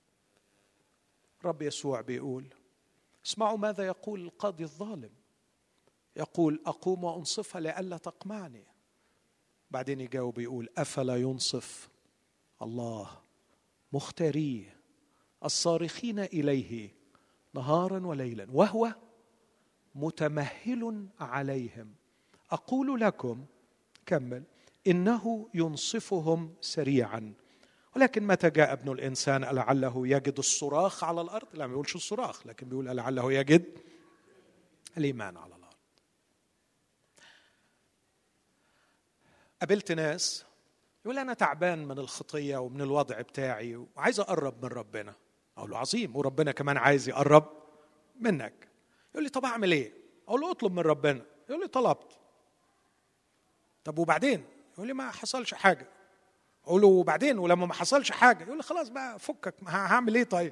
رب يسوع بيقول اسمعوا ماذا يقول القاضي الظالم، يقول أقوم وأنصفها لئلا تقمعني. بعدين يجاوب يقول أفلا ينصف الله مختاريه الصارخين إليه نهارا وليلا وهو متمهل عليهم. أقول لكم، كمل، إنه ينصفهم سريعا. ولكن متى جاء ابن الإنسان لعله يجد الصراخ على الأرض؟ لا، ما بيقولش الصراخ، لكن بيقول لعله يجد الإيمان على الأرض. قابلت ناس يقول أنا تعبان من الخطية ومن الوضع بتاعي وعايز أقرب من ربنا. أقول له عظيم، وربنا كمان عايز يقرب منك. يقول لي طب أعمل إيه؟ أقول له أطلب من ربنا. يقول لي طلبت. طب وبعدين؟ يقول لي ما حصلش حاجة. أقول له وبعدين؟ ولما ما حصلش حاجة يقول لي خلاص بقى فكك، هعمل إيه طيب؟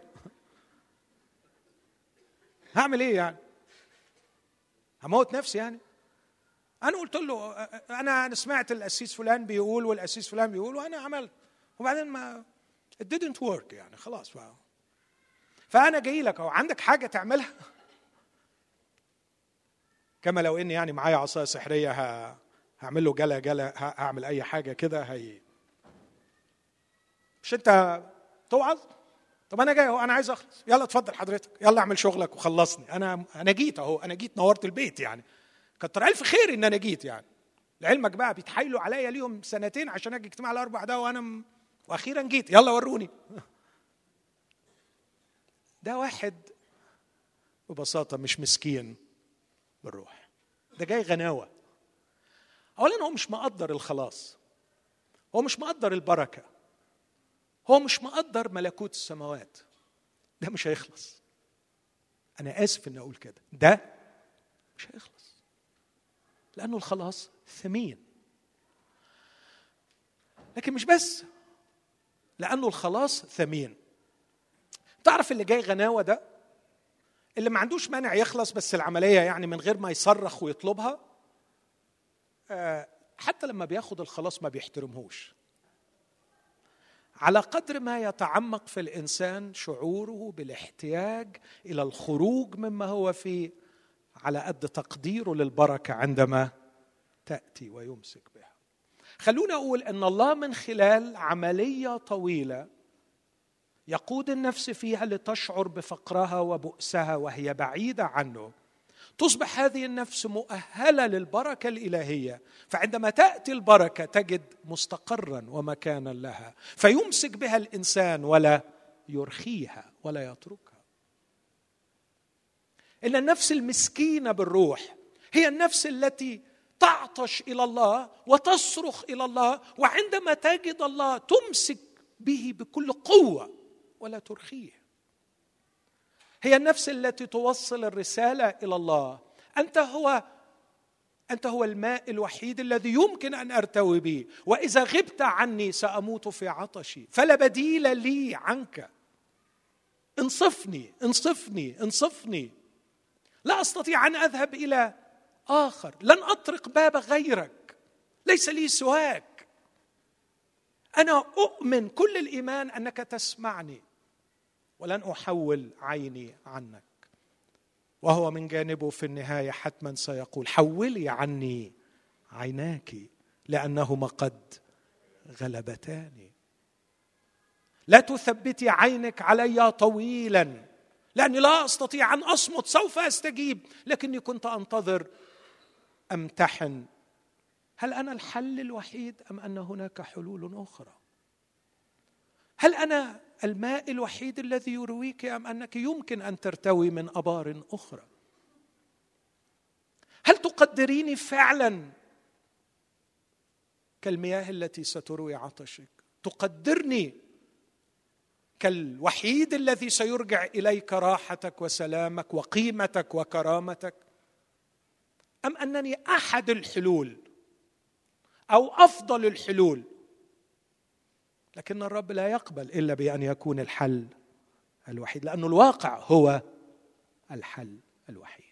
هعمل إيه يعني؟ هموت نفسي يعني؟ أنا قلت له أنا أنا سمعت الأسيس فلان بيقول والأسيس فلان بيقول وأنا عملت، وبعدين ما it didn't work يعني خلاص بقى. فأنا جاي لك أهو، عندك حاجة تعملها؟ كما لو إني يعني معايا عصاية سحرية ه... هعمل له جلا جلا، هعمل أي حاجة كده هي. مش أنت توعظ؟ طب أنا جاي أهو، أنا عايز أخلص، يلا اتفضل حضرتك، يلا أعمل شغلك وخلصني. أنا أنا جيت أهو، أنا جيت نورت البيت يعني، كتر ألف خير إن أنا جيت يعني. لعلمك بقى بيتحايلوا عليا ليهم سنتين عشان أجي اجتماع الأربع ده، وأنا م... وأخيرا جيت، يلا وروني. ده واحد ببساطة مش مسكين بالروح، ده جاي غناوة. أولا هو مش مقدر الخلاص، هو مش مقدر البركة، هو مش مقدر ملكوت السماوات. ده مش هيخلص. أنا آسف إن أقول كده، ده مش هيخلص. لأنه الخلاص ثمين. لكن مش بس لأنه الخلاص ثمين. تعرف اللي جاي غناوة ده، اللي ما عندوش مانع يخلص بس العملية يعني من غير ما يصرخ ويطلبها، آه حتى لما بياخد الخلاص ما بيحترمهوش. على قدر ما يتعمق في الإنسان شعوره بالاحتياج إلى الخروج مما هو فيه، على قد تقديره للبركة عندما تأتي ويمسك بها. خلونا أقول أن الله من خلال عملية طويلة يقود النفس فيها لتشعر بفقرها وبؤسها وهي بعيدة عنه، تصبح هذه النفس مؤهلة للبركة الإلهية. فعندما تأتي البركة تجد مستقرا ومكانا لها، فيمسك بها الإنسان ولا يرخيها ولا يتركها. إن النفس المسكينة بالروح هي النفس التي تعطش إلى الله وتصرخ إلى الله، وعندما تجد الله تمسك به بكل قوة ولا ترخيه. هي النفس التي توصل الرسالة إلى الله: أنت هو أنت هو الماء الوحيد الذي يمكن أن أرتوي به، وإذا غبت عني سأموت في عطشي، فلا بديل لي عنك. انصفني انصفني انصفني، لا أستطيع أن أذهب إلى آخر، لن أطرق باب غيرك، ليس لي سواك. أنا أؤمن كل الإيمان أنك تسمعني، ولن أحول عيني عنك. وهو من جانبه في النهاية حتما سيقول: حولي عني عيناك لأنهما قد غلبتاني. لا تثبتي عينك علي طويلا لأني لا أستطيع أن أصمت، سوف أستجيب، لكني كنت أنتظر أمتحن هل أنا الحل الوحيد أم أن هناك حلول أخرى؟ هل أنا الماء الوحيد الذي يرويك أم أنك يمكن أن ترتوي من أبار أخرى؟ هل تقدريني فعلا كالمياه التي ستروي عطشك؟ تقدرني كالوحيد الذي سيرجع إليك راحتك وسلامك وقيمتك وكرامتك؟ أم أنني أحد الحلول أو أفضل الحلول؟ لكن الرب لا يقبل إلا بأن يكون الحل الوحيد، لأن الواقع هو الحل الوحيد.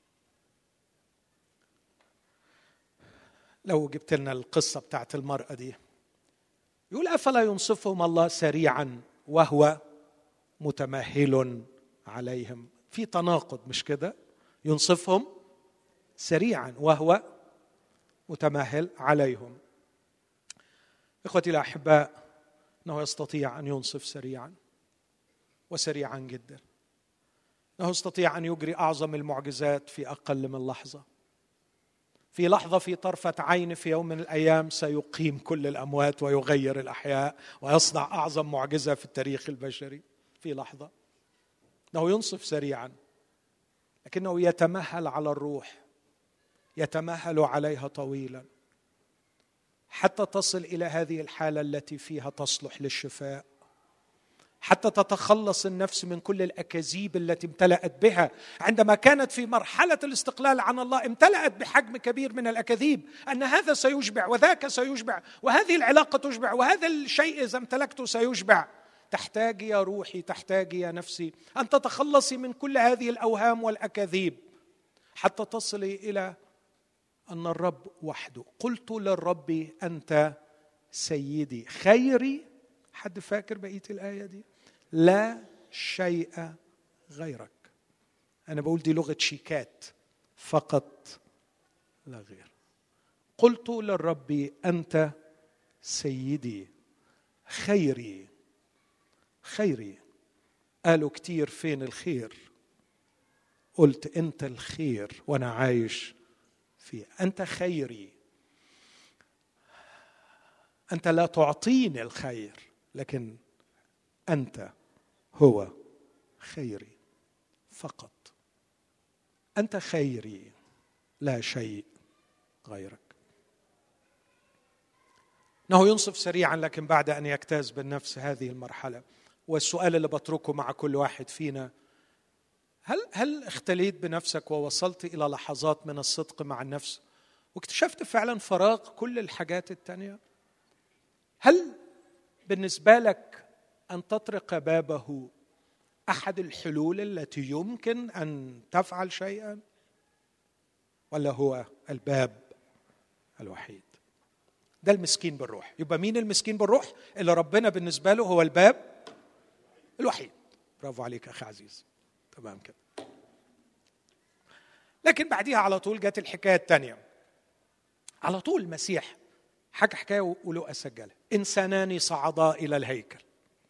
لو جبت لنا القصة بتاعت المرأة دي، يقول: أفلا ينصفهم الله سريعا وهو متمهل عليهم. في تناقض مش كده؟ ينصفهم سريعا وهو متمهل عليهم. إخوتي الأحباء، أنه يستطيع أن ينصف سريعا وسريعا جدا. أنه يستطيع أن يجري أعظم المعجزات في أقل من لحظة. في لحظة، في طرفة عين، في يوم من الأيام سيقيم كل الأموات ويغير الأحياء ويصنع أعظم معجزة في التاريخ البشري في لحظة. أنه ينصف سريعا، لكنه يتمهل على الروح، يتمهل عليها طويلا حتى تصل إلى هذه الحالة التي فيها تصلح للشفاء، حتى تتخلص النفس من كل الأكاذيب التي امتلأت بها. عندما كانت في مرحلة الاستقلال عن الله امتلأت بحجم كبير من الأكاذيب، أن هذا سيشبع وذاك سيشبع وهذه العلاقة تشبع وهذا الشيء إذا امتلكته سيشبع. تحتاج يا روحي، تحتاج يا نفسي أن تتخلصي من كل هذه الأوهام والأكاذيب حتى تصلي إلى أن الرب وحده. قلت للرب: أنت سيدي خيري. حد فاكر بقية الآية دي؟ لا شيء غيرك. أنا بقول دي لغة شيكات فقط لا غير. قلت للرب: أنت سيدي خيري. خيري. قالوا كتير فين الخير؟ قلت أنت الخير وأنا عايش فيه. أنت خيري. أنت لا تعطيني الخير، لكن أنت هو خيري فقط. أنت خيري، لا شيء غيرك. إنه ينصف سريعا، لكن بعد أن يجتاز بالنفس هذه المرحلة. والسؤال اللي بتركه مع كل واحد فينا: هل هل اختليت بنفسك ووصلت إلى لحظات من الصدق مع النفس واكتشفت فعلا فراغ كل الحاجات التانية. هل بالنسبة لك أن تطرق بابه أحد الحلول التي يمكن أن تفعل شيئا، ولا هو الباب الوحيد؟ ده المسكين بالروح. يبقى مين المسكين بالروح؟ اللي ربنا بالنسبة له هو الباب الوحيد. برافو عليك أخي عزيز، تمام كده. لكن بعديها على طول جت الحكاية الثانية. على طول المسيح حكى حكاية ولو أسجلها. إنسانان صعدا إلى الهيكل،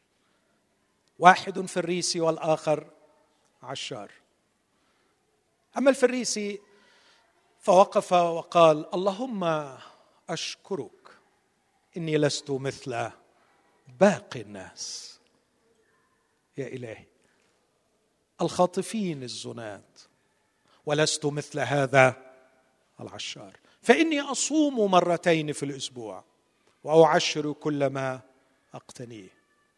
واحد فريسي والآخر عشار. أما الفريسي فوقف وقال: اللهم أشكرك إني لست مثل باقي الناس يا إلهي، الخاطفين الزنات، ولست مثل هذا العشار، فإني أصوم مرتين في الأسبوع وأعشر كل ما أقتنيه.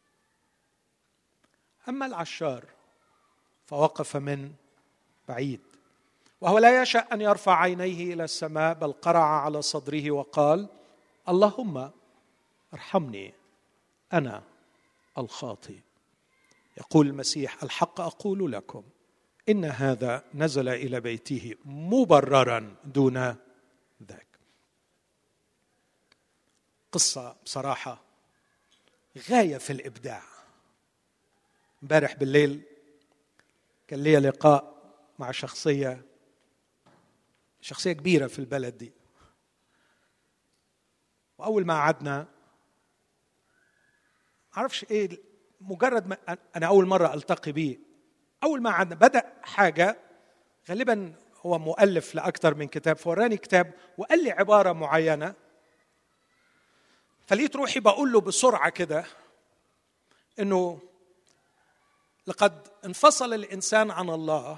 أما العشار فوقف من بعيد، وهو لا يشأ أن يرفع عينيه إلى السماء، بل قرع على صدره وقال: اللهم ارحمني أنا الخاطئ. يقول المسيح: الحق أقول لكم إن هذا نزل إلى بيته مبررا دون ذاك. قصة بصراحة غاية في الإبداع. امبارح بالليل كان لي لقاء مع شخصية شخصية كبيرة في البلد دي، وأول ما قعدنا معرفش إيه، مجرد ما أنا أول مرة ألتقي بيه، أول ما قعدنا بدأ حاجة، غالبا هو مؤلف لأكثر من كتاب، فوراني كتاب وقال لي عبارة معينة، فلقيت روحي بقول له بسرعة كده إنه لقد انفصل الإنسان عن الله،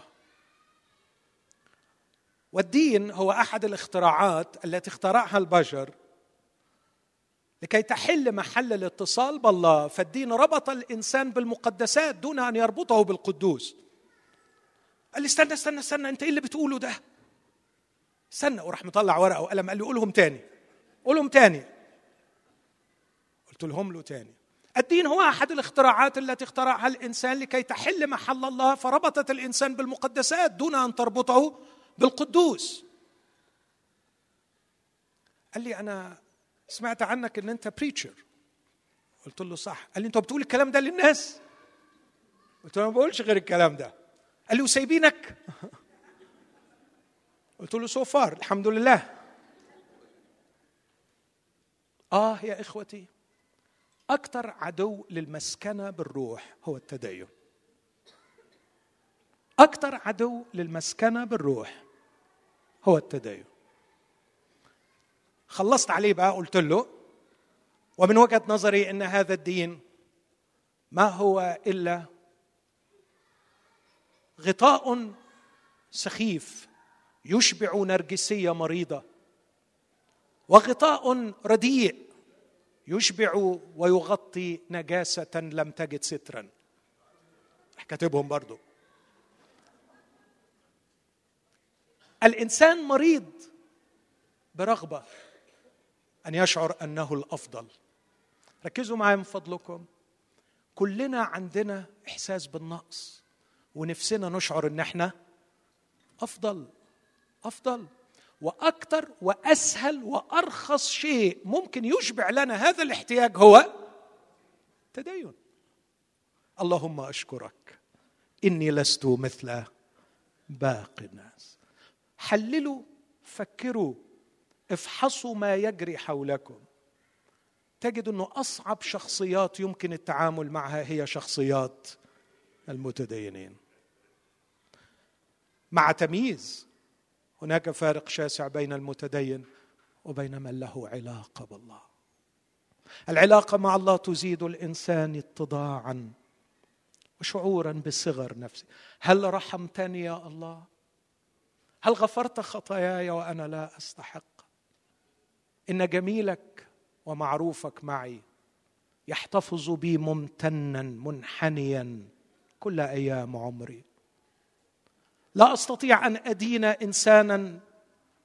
والدين هو أحد الاختراعات التي اخترعها البشر لكي تحل محل الاتصال بالله، فالدين ربط الإنسان بالمقدسات دون أن يربطه بالقدوس. قال لي: استنى استنى استنى، أنت إيه اللي بتقوله ده؟ استنى. وراح مطلع ورقة وقلم قال لي: قولهم تاني قولهم تاني. قلت لهم له تاني: الدين هو أحد الاختراعات التي اخترعها الإنسان لكي تحل محل الله، فربطت الإنسان بالمقدسات دون أن تربطه بالقدوس. قال لي: أنا سمعت عنك ان انت بريتشر. قلت له: صح. قال لي: انت بتقول الكلام ده للناس؟ قلت له: ما بقولش غير الكلام ده. قال لي: وسايبينك؟ قلت له: سو فار الحمد لله. اه يا اخوتي، اكتر عدو للمسكنة بالروح هو التدين. اكتر عدو للمسكنة بالروح هو التدين. خلصت عليه بقى، قلت له: ومن وجهة نظري ان هذا الدين ما هو الا غطاء سخيف يشبع نرجسية مريضة، وغطاء رديء يشبع ويغطي نجاسة لم تجد سترا. كاتبهم برضو. الإنسان مريض برغبة أن يشعر أنه الأفضل. ركزوا معي من فضلكم، كلنا عندنا إحساس بالنقص ونفسنا نشعر أن احنا أفضل أفضل وأكثر، وأسهل وأرخص شيء ممكن يشبع لنا هذا الاحتياج هو تدين. اللهم أشكرك إني لست مثل باقي الناس. حللوا، فكروا، افحصوا ما يجري حولكم، تجد أنه أصعب شخصيات يمكن التعامل معها هي شخصيات المتدينين. مع تمييز، هناك فارق شاسع بين المتدين وبين من له علاقة بالله. العلاقة مع الله تزيد الإنسان اتضاعا وشعورا بصغر نفسه. هل رحمتني يا الله؟ هل غفرت خطاياي وأنا لا أستحق؟ إن جميلك ومعروفك معي يحتفظ بي ممتنا منحنيا كل أيام عمري. لا أستطيع أن أدين إنسانا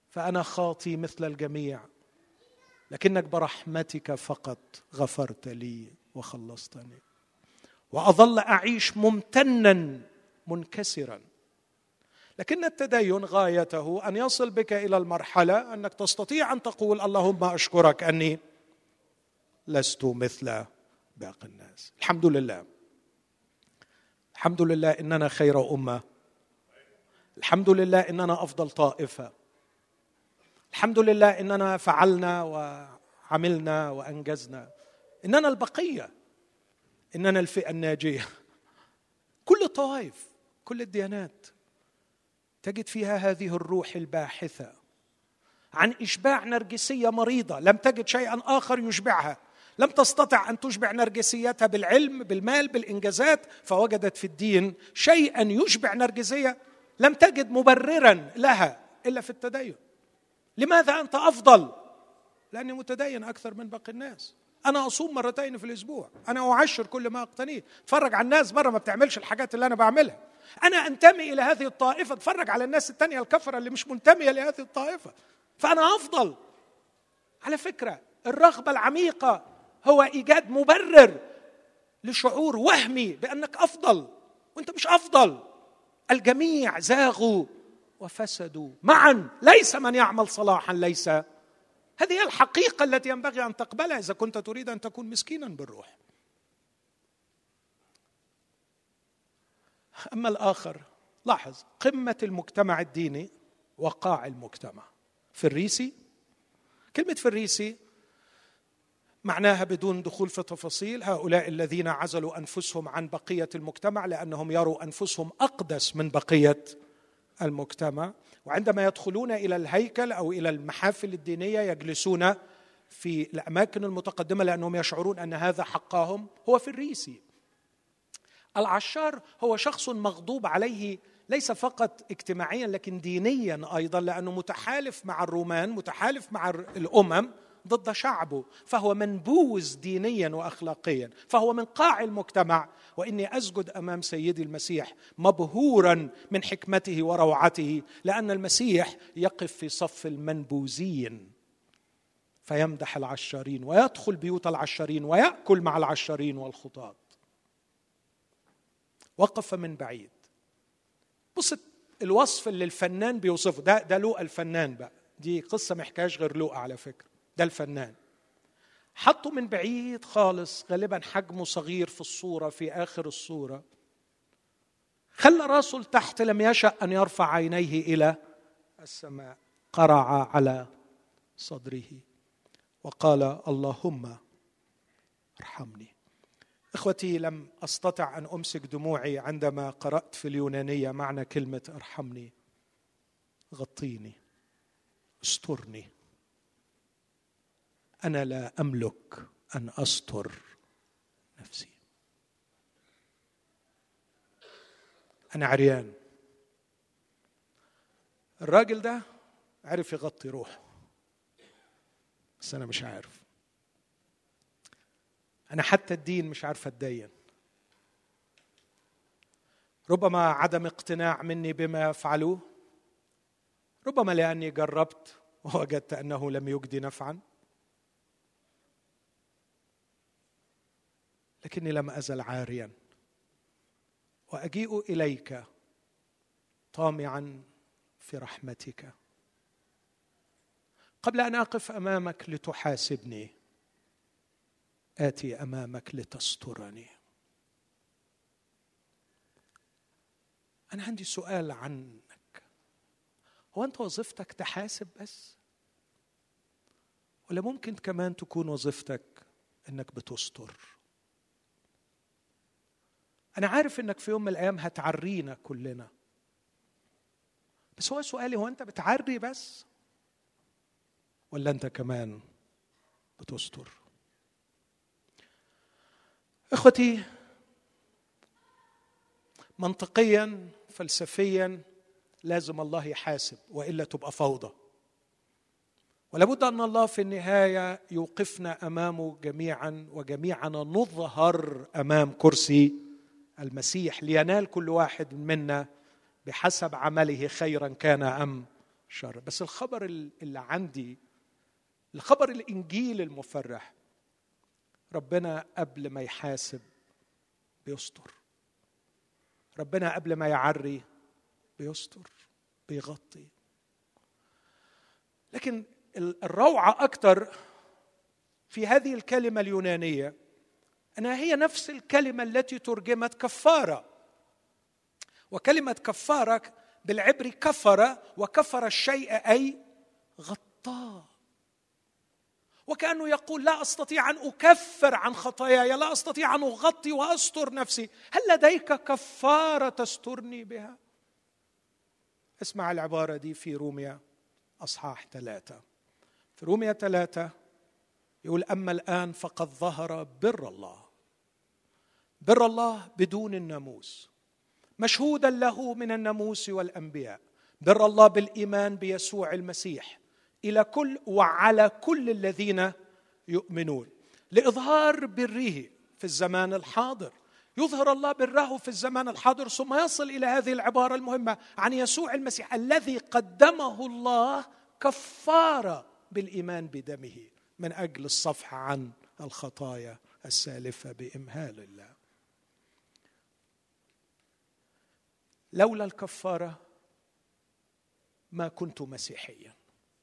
فأنا خاطي مثل الجميع، لكنك برحمتك فقط غفرت لي وخلصتني. وأظل أعيش ممتنا منكسرا. لكن التدين غايته أن يصل بك إلى المرحلة أنك تستطيع أن تقول اللهم أشكرك أني لست مثل باقي الناس. الحمد لله، الحمد لله إننا خير أمة، الحمد لله إننا أفضل طائفة، الحمد لله إننا فعلنا وعملنا وأنجزنا، إننا البقية، إننا الفئة الناجية. كل الطوائف، كل الديانات تجد فيها هذه الروح الباحثة عن إشباع نرجسية مريضة لم تجد شيئا آخر يشبعها. لم تستطع أن تشبع نرجسيتها بالعلم، بالمال، بالإنجازات، فوجدت في الدين شيئا يشبع نرجسية لم تجد مبررا لها إلا في التدين. لماذا أنت أفضل؟ لأني متدين أكثر من باقي الناس. أنا أصوم مرتين في الأسبوع، أنا أعشر كل ما أقتنيه، أتفرج على الناس برا ما بتعملش الحاجات اللي أنا بعملها، أنا أنتمي إلى هذه الطائفة، أتفرج على الناس التانية الكفرة اللي مش منتمية لهذه الطائفة، فأنا أفضل. على فكرة الرغبة العميقة هو إيجاد مبرر لشعور وهمي بأنك أفضل وأنت مش أفضل. الجميع زاغوا وفسدوا معا، ليس من يعمل صلاحا ليس. هذه هي الحقيقة التي ينبغي أن تقبلها إذا كنت تريد أن تكون مسكينا بالروح. أما الآخر، لاحظ قمة المجتمع الديني وقاع المجتمع. فريسي، كلمة فريسي معناها بدون دخول في تفاصيل هؤلاء الذين عزلوا أنفسهم عن بقية المجتمع لأنهم يروا أنفسهم أقدس من بقية المجتمع، وعندما يدخلون إلى الهيكل أو إلى المحافل الدينية يجلسون في الأماكن المتقدمة لأنهم يشعرون أن هذا حقهم. هو فريسي. العشار هو شخص مغضوب عليه ليس فقط اجتماعيا لكن دينيا أيضا، لأنه متحالف مع الرومان، متحالف مع الأمم ضد شعبه، فهو منبوذ دينيا وأخلاقيا، فهو من قاع المجتمع. وإني أسجد أمام سيدي المسيح مبهورا من حكمته وروعته، لأن المسيح يقف في صف المنبوذين فيمدح العشارين ويدخل بيوت العشارين ويأكل مع العشارين والخطاة. وقف من بعيد. بص الوصف اللي الفنان بيوصفه، ده ده لوقا الفنان بقى، دي قصة محكاش غير لوقا على فكرة، ده الفنان حطه من بعيد خالص، غالبا حجمه صغير في الصورة، في آخر الصورة، خلى راسه لتحت، لم يشأ أن يرفع عينيه إلى السماء، قرع على صدره وقال اللهم ارحمني. إخوتي، لم أستطع أن أمسك دموعي عندما قرأت في اليونانية معنى كلمة ارحمني. غطيني، استرني، أنا لا أملك أن أستر نفسي، أنا عريان. الراجل ده عرف يغطي روحه، بس أنا مش عارف. أنا حتى الدين مش عارف أتدين. ربما عدم اقتناع مني بما يفعلوه، ربما لأني جربت ووجدت أنه لم يجدي نفعا، لكني لم أزل عاريا وأجيء إليك طامعا في رحمتك قبل أن أقف أمامك لتحاسبني، آتي أمامك لتسترني. أنا عندي سؤال عنك، هو أنت وظيفتك تحاسب بس؟ ولا ممكن كمان تكون وظيفتك أنك بتستر؟ أنا عارف أنك في يوم من الأيام هتعرينا كلنا، بس هو سؤالي، هو أنت بتعري بس ولا أنت كمان بتستر؟ إخوتي، منطقيا فلسفيا لازم الله يحاسب وإلا تبقى فوضى، ولابد أن الله في النهاية يوقفنا أمامه جميعا، وجميعنا نظهر أمام كرسي المسيح لينال كل واحد منا بحسب عمله خيرا كان أم شر. بس الخبر اللي عندي، الخبر الإنجيل المفرح، ربنا قبل ما يحاسب بيستر، ربنا قبل ما يعري بيستر بيغطي. لكن الروعة أكتر في هذه الكلمة اليونانية أنها هي نفس الكلمة التي ترجمت كفارة، وكلمة كفارة بالعبري كفر، وكفر الشيء أي غطاه. وكأنه يقول لا أستطيع أن أكفر عن خطاياي، لا أستطيع أن أغطي وأستر نفسي، هل لديك كفارة تسترني بها؟ اسمع العبارة دي في روميا أصحاح ثلاثة. في روميا ثلاثة يقول أما الآن فقد ظهر بر الله، بر الله بدون الناموس، مشهودا له من الناموس والأنبياء، بر الله بالإيمان بيسوع المسيح إلى كل وعلى كل الذين يؤمنون، لإظهار بره في الزمان الحاضر. يظهر الله بره في الزمان الحاضر، ثم يصل إلى هذه العبارة المهمة عن يسوع المسيح الذي قدمه الله كفارة بالإيمان بدمه من أجل الصفح عن الخطايا السالفة بإمهال الله. لولا الكفارة ما كنت مسيحيا،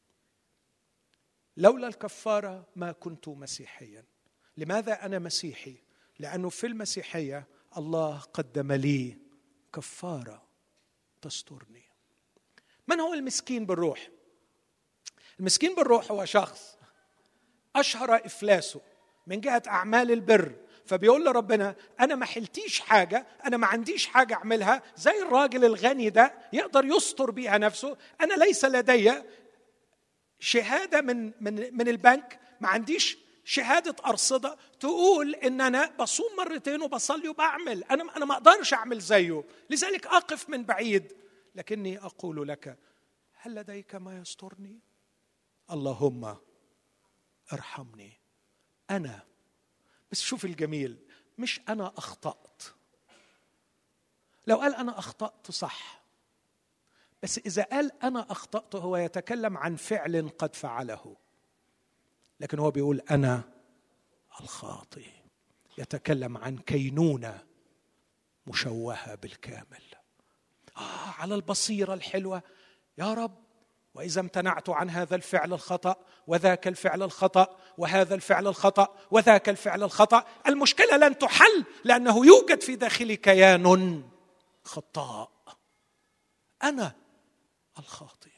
لولا الكفارة ما كنت مسيحيا. لماذا أنا مسيحي؟ لأنه في المسيحية الله قدم لي كفارة تسترني. من هو المسكين بالروح؟ المسكين بالروح هو شخص أشهر إفلاسه من جهة أعمال البر، فبيقول لربنا أنا ما حلتيش حاجة، أنا ما عنديش حاجة أعملها زي الراجل الغني ده يقدر يستر بيها نفسه. أنا ليس لدي شهادة من من من البنك، ما عنديش شهادة أرصدة تقول إن أنا بصوم مرتين وبصلي وبعمل، أنا أنا ما أقدرش أعمل زيه، لذلك أقف من بعيد. لكني أقول لك هل لديك ما يسترني؟ اللهم ارحمني أنا. بس شوف الجميل، مش أنا أخطأت. لو قال أنا أخطأت صح، بس إذا قال أنا أخطأت هو يتكلم عن فعل قد فعله، لكن هو بيقول أنا الخاطئ، يتكلم عن كينونة مشوهة بالكامل. آه على البصيرة الحلوة يا رب، وإذا امتنعت عن هذا الفعل الخطأ وذاك الفعل الخطأ وهذا الفعل الخطأ وذاك الفعل الخطأ، المشكلة لن تحل لأنه يوجد في داخلي كيان خطاء، أنا الخاطئ.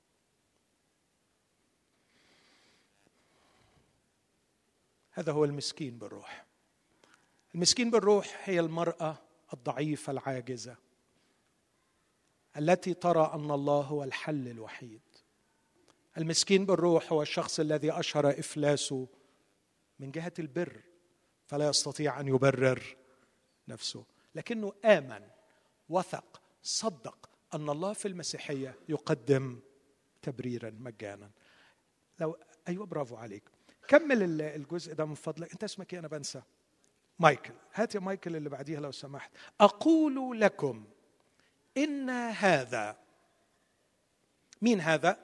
هذا هو المسكين بالروح. المسكين بالروح هي المرأة الضعيفة العاجزة التي ترى أن الله هو الحل الوحيد. المسكين بالروح هو الشخص الذي أشهر إفلاسه من جهة البر، فلا يستطيع أن يبرر نفسه، لكنه آمن وثق صدق أن الله في المسيحية يقدم تبريرا مجانا. لو أيوة برافو عليك، كمل الجزء ده من فضلك. أنت اسمك إيه؟ أنا بنسى. مايكل. هات يا مايكل اللي بعديها لو سمحت. أقول لكم إن هذا، مين هذا؟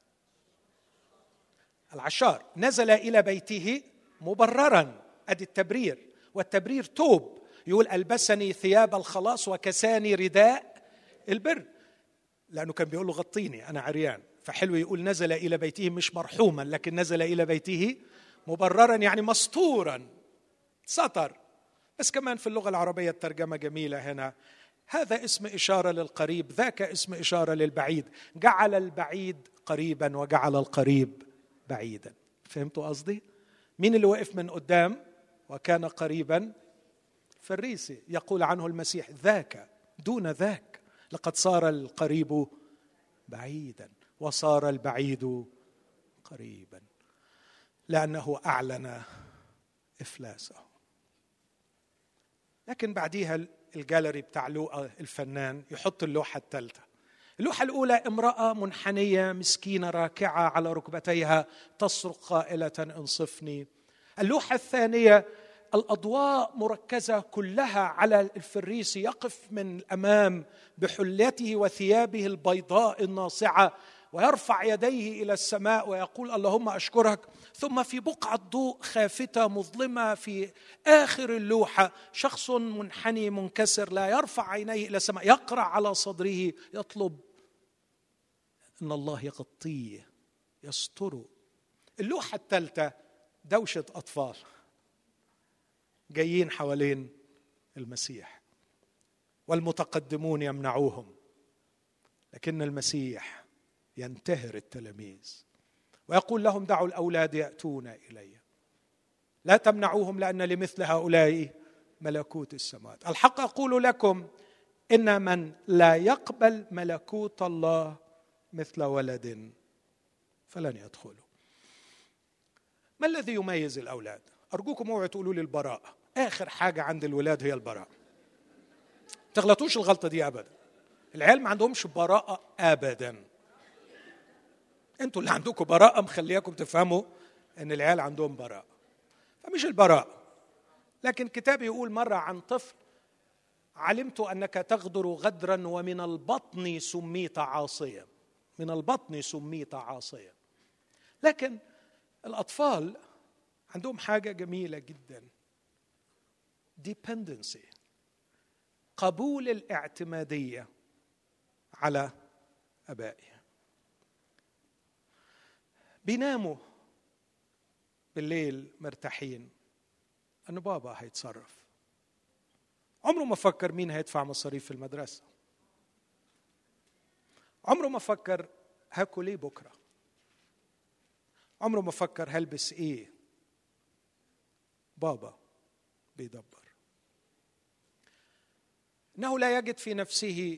العشار، نزل إلى بيته مبررا. أدي التبرير، والتبرير توب. يقول ألبسني ثياب الخلاص وكساني رداء البر، لأنه كان بيقول له غطيني أنا عريان. فحلو يقول نزل إلى بيته مش مرحوما، لكن نزل إلى بيته مبررا يعني مستورا، ستر. بس كمان في اللغة العربية الترجمة جميلة هنا، هذا اسم إشارة للقريب، ذاك اسم إشارة للبعيد. جعل البعيد قريبا وجعل القريب بعيدا. فهمتوا قصدي؟ مين اللي وقف من قدام وكان قريبا؟ فريسي. يقول عنه المسيح ذاك دون ذاك، لقد صار القريب بعيدا وصار البعيد قريبا، لأنه أعلن إفلاسه. لكن بعديها الجاليري بتاع لوقا الفنان يحط اللوحة الثالثة. اللوحة الأولى امرأة منحنية مسكينة راكعة على ركبتيها تصرخ قائلة انصفني. اللوحة الثانية الأضواء مركزة كلها على الفريسي، يقف من الأمام بحلته وثيابه البيضاء الناصعة ويرفع يديه إلى السماء ويقول اللهم أشكرك. ثم في بقعة ضوء خافتة مظلمة في آخر اللوحة شخص منحني منكسر لا يرفع عينيه إلى السماء، يقرع على صدره يطلب أن الله يغطيه يستره. اللوحة الثالثة دوشة أطفال جايين حوالين المسيح والمتقدمون يمنعوهم، لكن المسيح ينتهر التلاميذ ويقول لهم دعوا الأولاد يأتون إلي، لا تمنعوهم لأن لمثل هؤلاء ملكوت السماوات. الحق أقول لكم إن من لا يقبل ملكوت الله مثل ولد فلن يدخله. ما الذي يميز الأولاد؟ أرجوكم اوعوا تقولوا لي البراءة. آخر حاجة عند الولاد هي البراءة. تغلطوش الغلطة دي أبدا. العيال ما عندهمش براءة أبدا. أنتوا اللي عندكم براءة مخليكم تفهموا أن العيال عندهم براءة. فمش البراءة. لكن كتاب يقول مرة عن طفل علمت أنك تغدر غدرا ومن البطن سميت عاصيا. من البطن سميت عاصيا. لكن الأطفال عندهم حاجة جميلة جدا، dependency، قبول الاعتمادية على أبائهم. بيناموا بالليل مرتاحين أن بابا هيتصرف. عمره ما فكر مين هيدفع مصاريف في المدرسة، عمره ما فكر هاكل ايه بكرة، عمره ما فكر هلبس ايه. بابا بيدبر. انه لا يجد في نفسه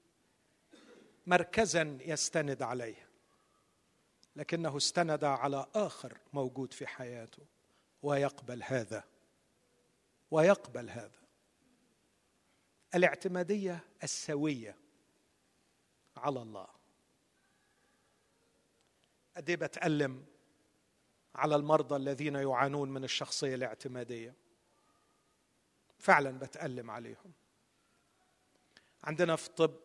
مركزا يستند عليه، لكنه استند على آخر موجود في حياته ويقبل هذا ويقبل هذا. الاعتمادية السوية على الله. أدي بتألم على المرضى الذين يعانون من الشخصية الاعتمادية، فعلا بتألم عليهم. عندنا في الطب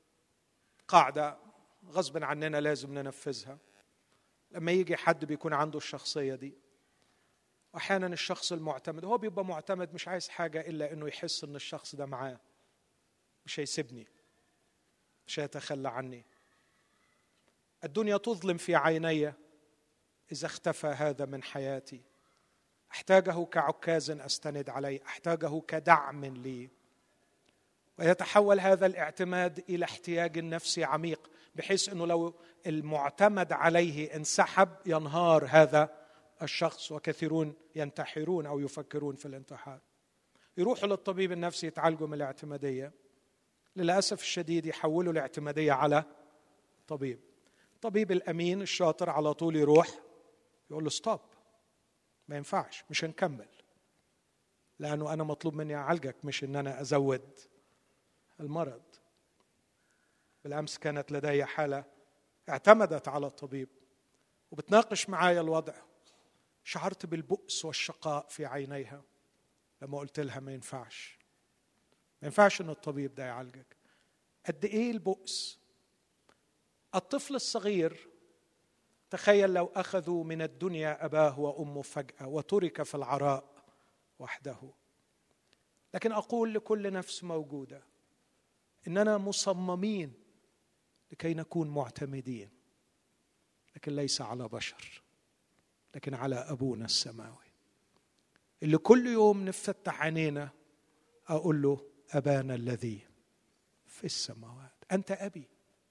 قاعدة غصب عننا لازم ننفذها. لما يجي حد بيكون عنده الشخصية دي، أحيانا الشخص المعتمد هو بيبقى معتمد مش عايز حاجة إلا إنه يحس إن الشخص ده معاه، مش هيسيبني، مش هيتخلى عني. الدنيا تظلم في عيني إذا اختفى هذا من حياتي. أحتاجه كعكاز أستند عليه، أحتاجه كدعم لي. ويتحول هذا الاعتماد إلى احتياج نفسي عميق، بحيث أنه لو المعتمد عليه انسحب ينهار هذا الشخص، وكثيرون ينتحرون أو يفكرون في الانتحار. يروحوا للطبيب النفسي يتعالجوا من الاعتمادية، للأسف الشديد يحولوا الاعتمادية على طبيب. الطبيب الأمين الشاطر على طول يروح يقول له ستوب، ما ينفعش، مش هنكمل، لأنه أنا مطلوب مني أعالجك مش إن أنا أزود المرض. بالأمس كانت لدي حالة اعتمدت على الطبيب وبتناقش معايا الوضع. شعرت بالبؤس والشقاء في عينيها لما قلت لها ما ينفعش، ما ينفعش إن الطبيب ده يعالجك. قد إيه البؤس. الطفل الصغير تخيل لو أخذوا من الدنيا أباه وأمه فجأة وترك في العراء وحده. لكن أقول لكل نفس موجودة إننا مصممين لكي نكون معتمدين، لكن ليس على بشر، لكن على أبونا السماوي اللي كل يوم نفتح عينينا أقول له أبانا الذي في السماوات. أنت أبي.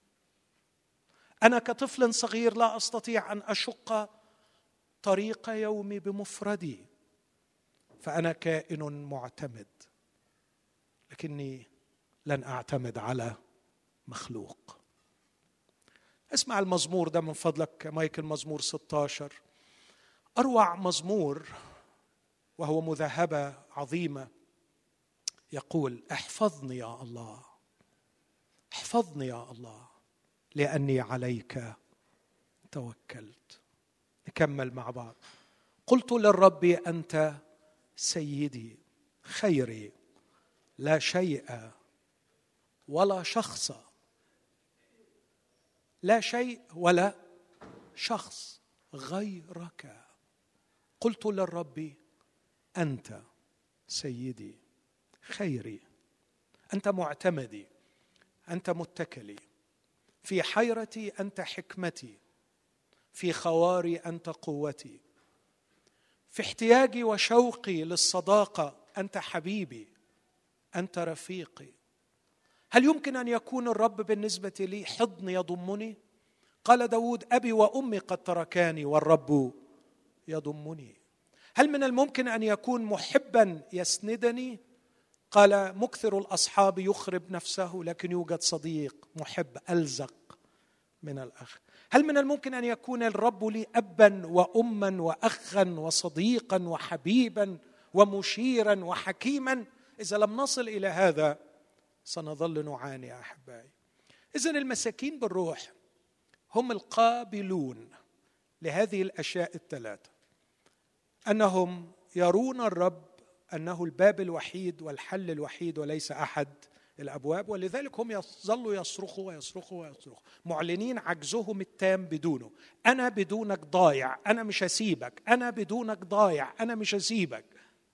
أنا كطفل صغير لا أستطيع أن أشق طريق يومي بمفردي، فأنا كائن معتمد، لكني لن أعتمد على مخلوق. اسمع المزمور ده من فضلك مايكل، مزمور ستة عشر، أروع مزمور وهو مذهبة عظيمة. يقول احفظني يا الله، احفظني يا الله لأني عليك توكلت. نكمل مع بعض. قلت للرب أنت سيدي، خيري، لا شيء ولا شخص لا شيء ولا شخص غيرك. قلت للرب أنت سيدي خيري، أنت معتمدي، أنت متكلي، في حيرتي أنت حكمتي، في خواري أنت قوتي، في احتياجي وشوقي للصداقة أنت حبيبي، أنت رفيقي. هل يمكن أن يكون الرب بالنسبة لي حضن يضمني؟ قال داود أبي وأمي قد تركاني والرب يضمني. هل من الممكن أن يكون محبا يسندني؟ قال مكثر الأصحاب يخرب نفسه لكن يوجد صديق محب ألزق من الأخ. هل من الممكن أن يكون الرب لي أبا وأما وأخا وصديقا وحبيبا ومشيرا وحكيما؟ إذا لم نصل إلى هذا سنظل نعاني يا أحبائي. إذن المساكين بالروح هم القابلون لهذه الأشياء الثلاثة، أنهم يرون الرب أنه الباب الوحيد والحل الوحيد وليس أحد الأبواب، ولذلك هم يظلوا يصرخوا ويصرخوا ويصرخوا معلنين عجزهم التام بدونه. أنا بدونك ضايع، أنا مش هسيبك، أنا بدونك ضايع، أنا مش هسيبك.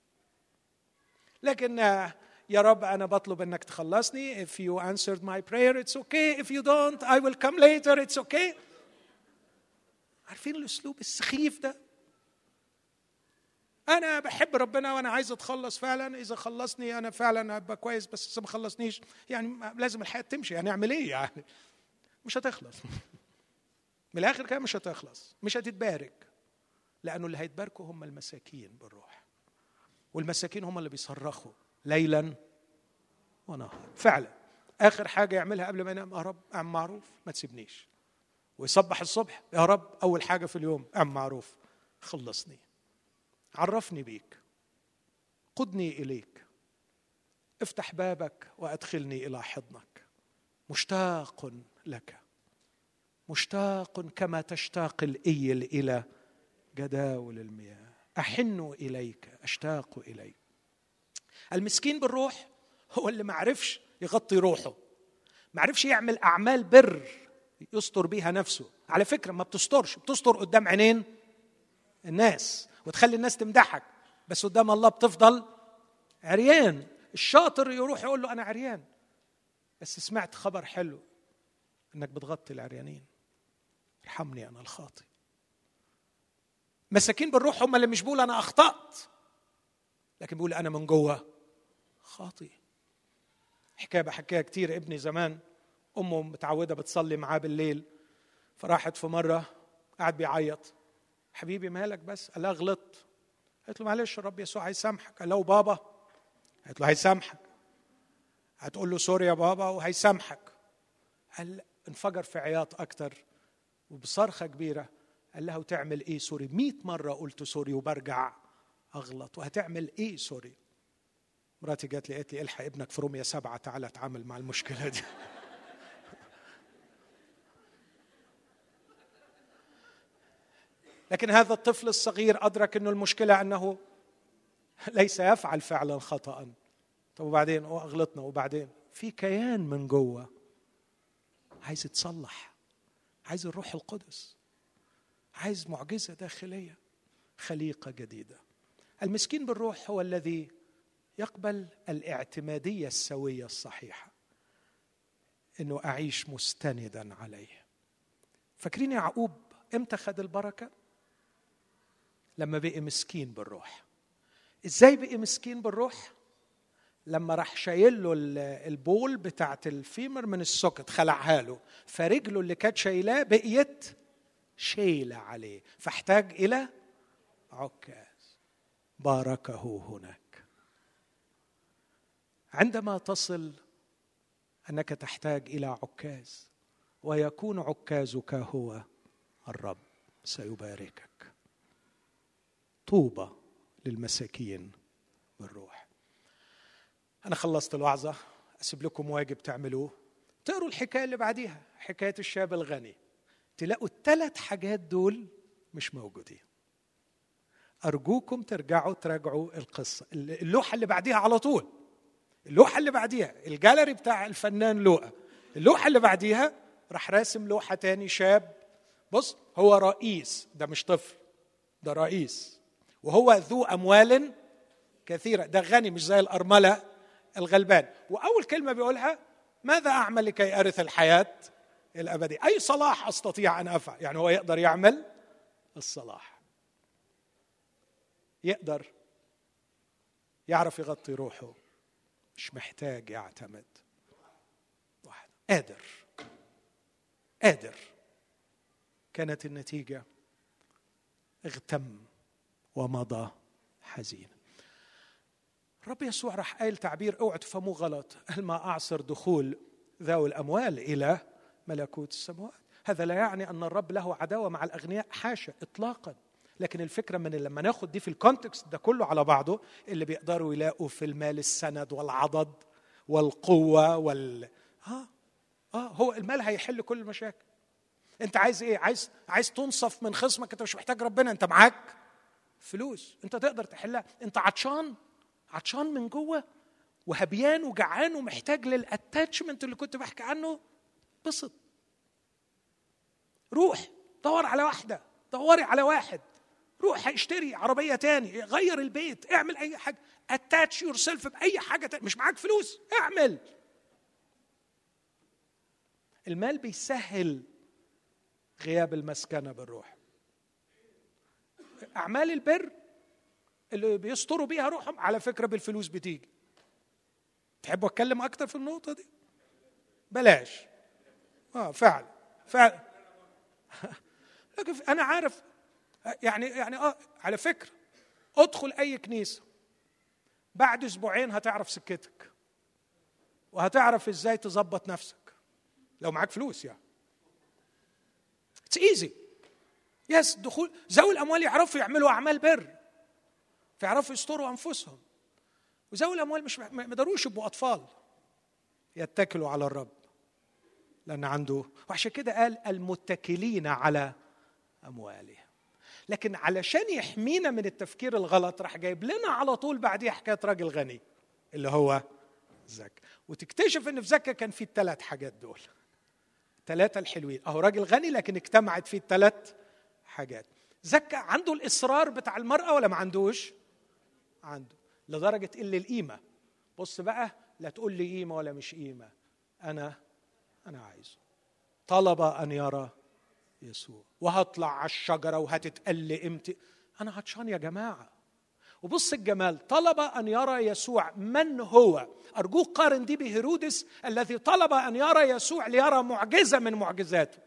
لكن يا رب أنا بطلب أنك تخلصني. If you answered my prayer it's okay. If you don't I will come later. It's okay. عارفين الأسلوب السخيف ده؟ أنا بحب ربنا وأنا عايز أتخلص فعلا، إذا خلصني أنا فعلا أبقى كويس، بس إذا ما خلصنيش يعني لازم الحياة تمشي، يعني أعمل إيه يعني؟ مش هتخلص من الآخر كده، مش هتخلص، مش هتتبارك، لأنه اللي هيتباركوا هم المساكين بالروح، والمساكين هم اللي بيصرخوا ليلا ونهار. فعلا آخر حاجة يعملها قبل ما ينام يا رب أعمل معروف ما تسيبنيش، ويصبح الصبح يا رب أول حاجة في اليوم أعمل معروف، خلصني، عرفني بيك، قدني إليك، افتح بابك وأدخلني إلى حضنك. مشتاق لك، مشتاق كما تشتاق الإيل إلى جداول المياه، أحن إليك، أشتاق إليك. المسكين بالروح هو اللي معرفش يغطي روحه، معرفش يعمل أعمال بر يستر بيها نفسه. على فكرة ما بتسترش، بتستر قدام عينين الناس وتخلي الناس تمدحك، بس قدام الله بتفضل عريان. الشاطر يروح يقول له أنا عريان، بس سمعت خبر حلو أنك بتغطي العريانين، ارحمني أنا الخاطئ. مساكين بالروح هم اللي مش بيقول أنا أخطأت، لكن بيقول أنا من جوه خاطئ. حكاية بحكيها كتير. ابني زمان أمه متعودة بتصلي معاه بالليل، فراحت في مرة قاعد بيعيط، حبيبي مالك بس؟ قال لها غلطت. قالت له معلش الرب يسوع هيسامحك. قال له بابا؟ قالت له هيسامحك. هتقول له سوري يا بابا وهيسامحك. قال انفجر في عياط أكتر وبصرخة كبيرة، قال لها وتعمل إيه سوري؟ مئة مرة قلت سوري وبرجع أغلط، وهتعمل إيه سوري؟ مراتي جات لي قالت لي الحق ابنك في رومية سبعة، تعالى اتعامل مع المشكلة دي. لكن هذا الطفل الصغير أدرك أنه المشكلة أنه ليس يفعل فعلا خطأ. طب وبعدين أغلطنا، وبعدين في كيان من جوه عايز يتصلح، عايز الروح القدس، عايز معجزة داخلية، خليقة جديدة. المسكين بالروح هو الذي يقبل الاعتمادية السوية الصحيحة، أنه أعيش مستندا عليه. فاكرين يعقوب إمتى خد البركة؟ لما بقي مسكين بالروح. إزاي بقي مسكين بالروح؟ لما راح شايل له البول بتاعت الفيمر من السكت، خلعها له، فرجله اللي كانت شايلاه بقيت شايلة عليه، فاحتاج إلى عكاز، باركه هناك. عندما تصل أنك تحتاج إلى عكاز ويكون عكازك هو الرب، سيباركك. طوبى للمساكين بالروح. أنا خلصت الوعظة، أسيب لكم واجب تعملوه، تقروا الحكاية اللي بعديها، حكاية الشاب الغني، تلاقوا الثلاث حاجات دول مش موجودين. أرجوكم ترجعوا تراجعوا القصة، اللوحة اللي بعديها على طول، اللوحة اللي بعديها الجاليري بتاع الفنان لوقا، اللوحة اللي بعديها راح راسم لوحة تاني شاب، بص هو رئيس، ده مش طفل، ده رئيس، وهو ذو أموال كثيرة، ده غني مش زي الأرملة الغلبان. وأول كلمة بيقولها ماذا أعمل لكي أرث الحياة الأبدية؟ أي صلاح أستطيع أن أفعل؟ يعني هو يقدر يعمل الصلاح، يقدر يعرف يغطي روحه، مش محتاج يعتمد واحد، قادر قادر. كانت النتيجة اغتم ومضى حزين. رب يسوع راح قايل تعبير اوعوا تفهموه غلط، قال ما أعصر دخول ذوي الأموال إلى ملكوت السماوات. هذا لا يعني أن الرب له عداوة مع الأغنياء، حاشا إطلاقا، لكن الفكرة من لما ناخد دي في الكونتكست ده كله على بعضه، اللي بيقدروا يلاقوا في المال السند والعضد والقوة وال آه آه هو المال هيحل كل المشاكل. أنت عايز إيه؟ عايز عايز تنصف من خصمك، أنت مش محتاج ربنا، أنت معاك فلوس، أنت تقدر تحلها. أنت عطشان عطشان من جوه وهبيان وجعان ومحتاج للاتاتشمنت اللي كنت بحكي عنه، بسط، روح دور على واحدة، دوري على واحد، روح اشتري عربية تاني، غير البيت، اعمل أي حاجة، اتاتش يور سيلف بأي حاجة تاني. مش معاك فلوس، اعمل. المال بيسهل غياب المسكنة بالروح. أعمال البر اللي بيستروا بيها روحهم على فكرة بالفلوس بتيجي. تحبوا أتكلم أكتر في النقطة دي؟ بلاش. آه فعلا فعلا. لكن أنا عارف يعني يعني آه على فكرة أدخل أي كنيسة بعد أسبوعين هتعرف سكتك وهتعرف إزاي تظبط نفسك لو معاك فلوس. يعني It's easy. يس دخول ذوي الأموال يعرفوا يعملوا أعمال بر، فيعرفوا يستروا أنفسهم. وذوي الأموال مش ما يقدروش يبقوا أطفال، يتكلوا على الرب لأن عنده. وعشان كده قال المتكلين على أموالهم. لكن علشان يحمينا من التفكير الغلط راح جايب لنا على طول بعديه حكاية راجل غني اللي هو زكا. وتكتشف إن في زكا كان فيه الثلاث حاجات دول، ثلاثة الحلوين. أهو راجل غني لكن اجتمعت فيه الثلاث حاجات. زكا عنده الإصرار بتاع المرأة ولا ما عندوش؟ عنده، لدرجة إلا القيمة. بص بقى، لا تقول لي قيمة ولا مش قيمة، أنا أنا عايزه. طلب أن يرى يسوع، وهطلع على الشجرة وهتتقل قيمتي، أنا عطشان يا جماعة. وبص الجمال، طلب أن يرى يسوع من هو. أرجوك قارن دي بهيرودس الذي طلب أن يرى يسوع ليرى معجزة من معجزاته.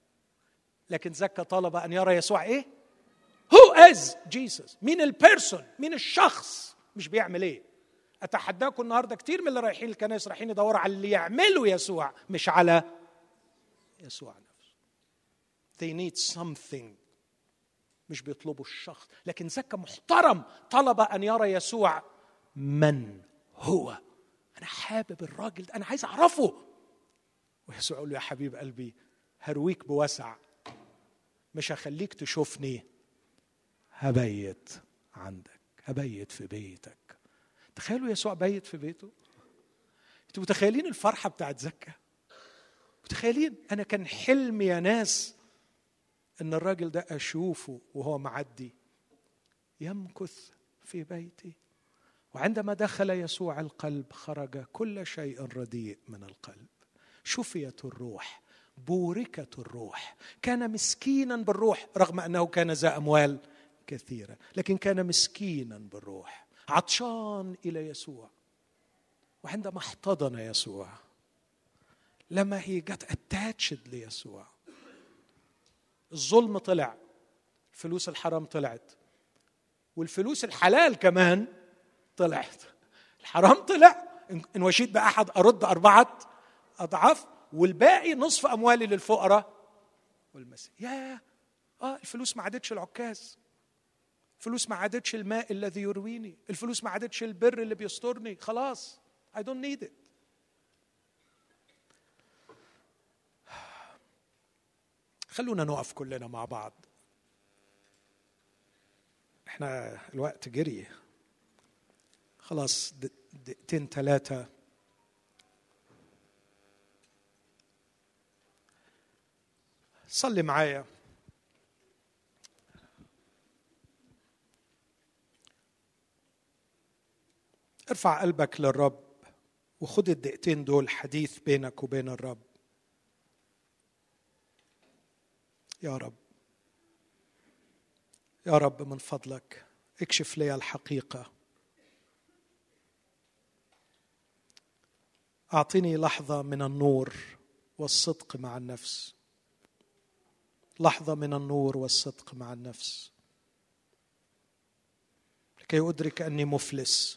لكن زكا طلب أن يرى يسوع إيه؟ Who is Jesus؟ مين البيرسون؟ مين الشخص؟ مش بيعمل إيه. أتحداكم النهاردة كتير من اللي رايحين الكنائس رايحين يدوروا على اللي يعملوا يسوع مش على يسوع نفسه. They need something، مش بيطلبوا الشخص. لكن زكا محترم طلب أن يرى يسوع من هو. أنا حابب الراجل ده، أنا عايز أعرفه. ويسوع يقول له يا حبيب قلبي هرويك بوسع، مش هخليك تشوفني، هبيت عندك، هبيت في بيتك. تخيلوا يسوع بيت في بيته. انتوا متخيلين الفرحة بتاعت زكا؟ متخيلين؟ أنا كان حلمي يا ناس إن الراجل ده أشوفه وهو معدي يمكث في بيتي. وعندما دخل يسوع القلب خرج كل شيء رديء من القلب. شفيت الروح، بوركت الروح. كان مسكينا بالروح رغم أنه كان ذا أموال كثيرة، لكن كان مسكينا بالروح، عطشان إلى يسوع. وعندما احتضن يسوع، لما هي جت اتاتشد ليسوع، الظلم طلع، الفلوس الحرام طلعت، والفلوس الحلال كمان طلعت. الحرام طلع، إن وشيت بأحد أرد أربعة أضعاف، والباقي نصف أموالي للفقراء والمساكين. يا آه الفلوس ما عادتش العكاز، الفلوس ما عادتش الماء الذي يرويني، الفلوس ما عادتش البر اللي بيسترني. خلاص I don't need it. خلونا نقف كلنا مع بعض، احنا الوقت جري خلاص، دقيقتين ثلاثة. صلي معايا. ارفع قلبك للرب وخد الدقيقتين دول حديث بينك وبين الرب. يا رب، يا رب من فضلك اكشف لي الحقيقة. أعطني لحظة من النور والصدق مع النفس، لحظة من النور والصدق مع النفس، لكي أدرك أني مفلس،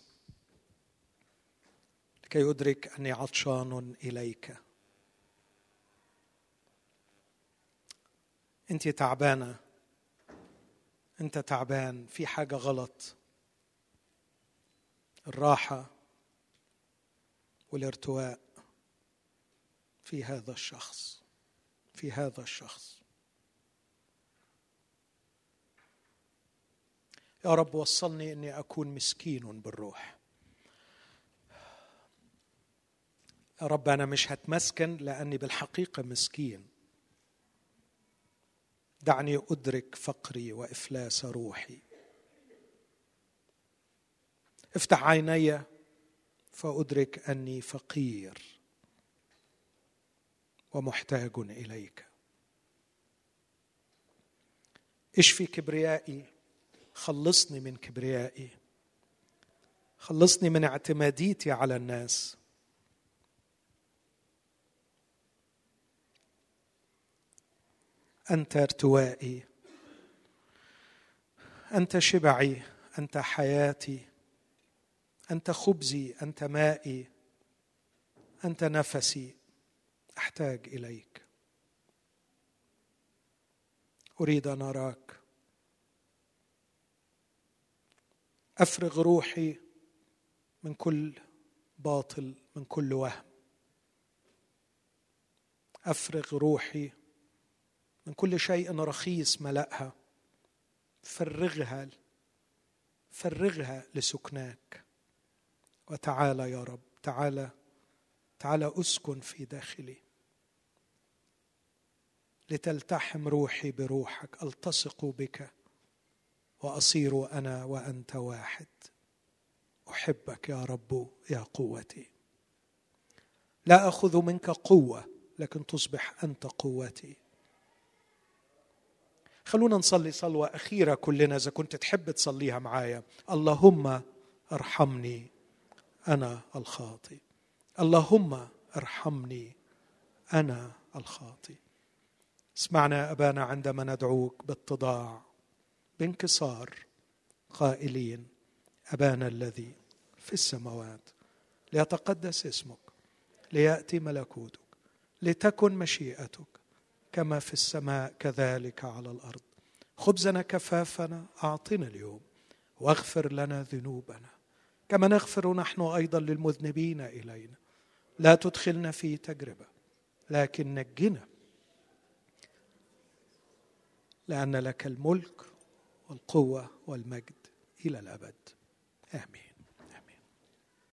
لكي أدرك أني عطشان إليك. أنت تعبانة، أنت تعبان، في حاجة غلط. الراحة والارتواء في هذا الشخص، في هذا الشخص. يا رب وصلني أني أكون مسكين بالروح. يا رب أنا مش هتمسكن لأني بالحقيقة مسكين. دعني أدرك فقري وإفلاس روحي. افتح عيني فأدرك أني فقير ومحتاج إليك. اشفي كبريائي، خلصني من كبريائي، خلصني من اعتماديتي على الناس. أنت ارتوائي، أنت شبعي، أنت حياتي، أنت خبزي، أنت مائي، أنت نفسي. أحتاج إليك. أريد أن أراك. أفرغ روحي من كل باطل، من كل وهم. أفرغ روحي من كل شيء رخيص ملأها. فرغها، فرغها لسكناك. وتعالى يا رب، تعالى، تعالى أسكن في داخلي، لتلتحم روحي بروحك، ألتصق بك وأصير أنا وأنت واحد. أحبك يا رب يا قوتي. لا أخذ منك قوة، لكن تصبح أنت قوتي. خلونا نصلي صلوة أخيرة كلنا إذا كنت تحب تصليها معايا. اللهم ارحمني أنا الخاطئ. اللهم ارحمني أنا الخاطئ. اسمعنا أبانا عندما ندعوك باتضاع، بانكسار، قائلين: أبانا الذي في السماوات، ليتقدس اسمك، ليأتي ملكوتك، لتكن مشيئتك كما في السماء كذلك على الأرض. خبزنا كفافنا أعطنا اليوم، واغفر لنا ذنوبنا كما نغفر نحن أيضا للمذنبين إلينا. لا تدخلنا في تجربة، لكن نجنا، لأن لك الملك والقوة والمجد إلى الأبد. آمين.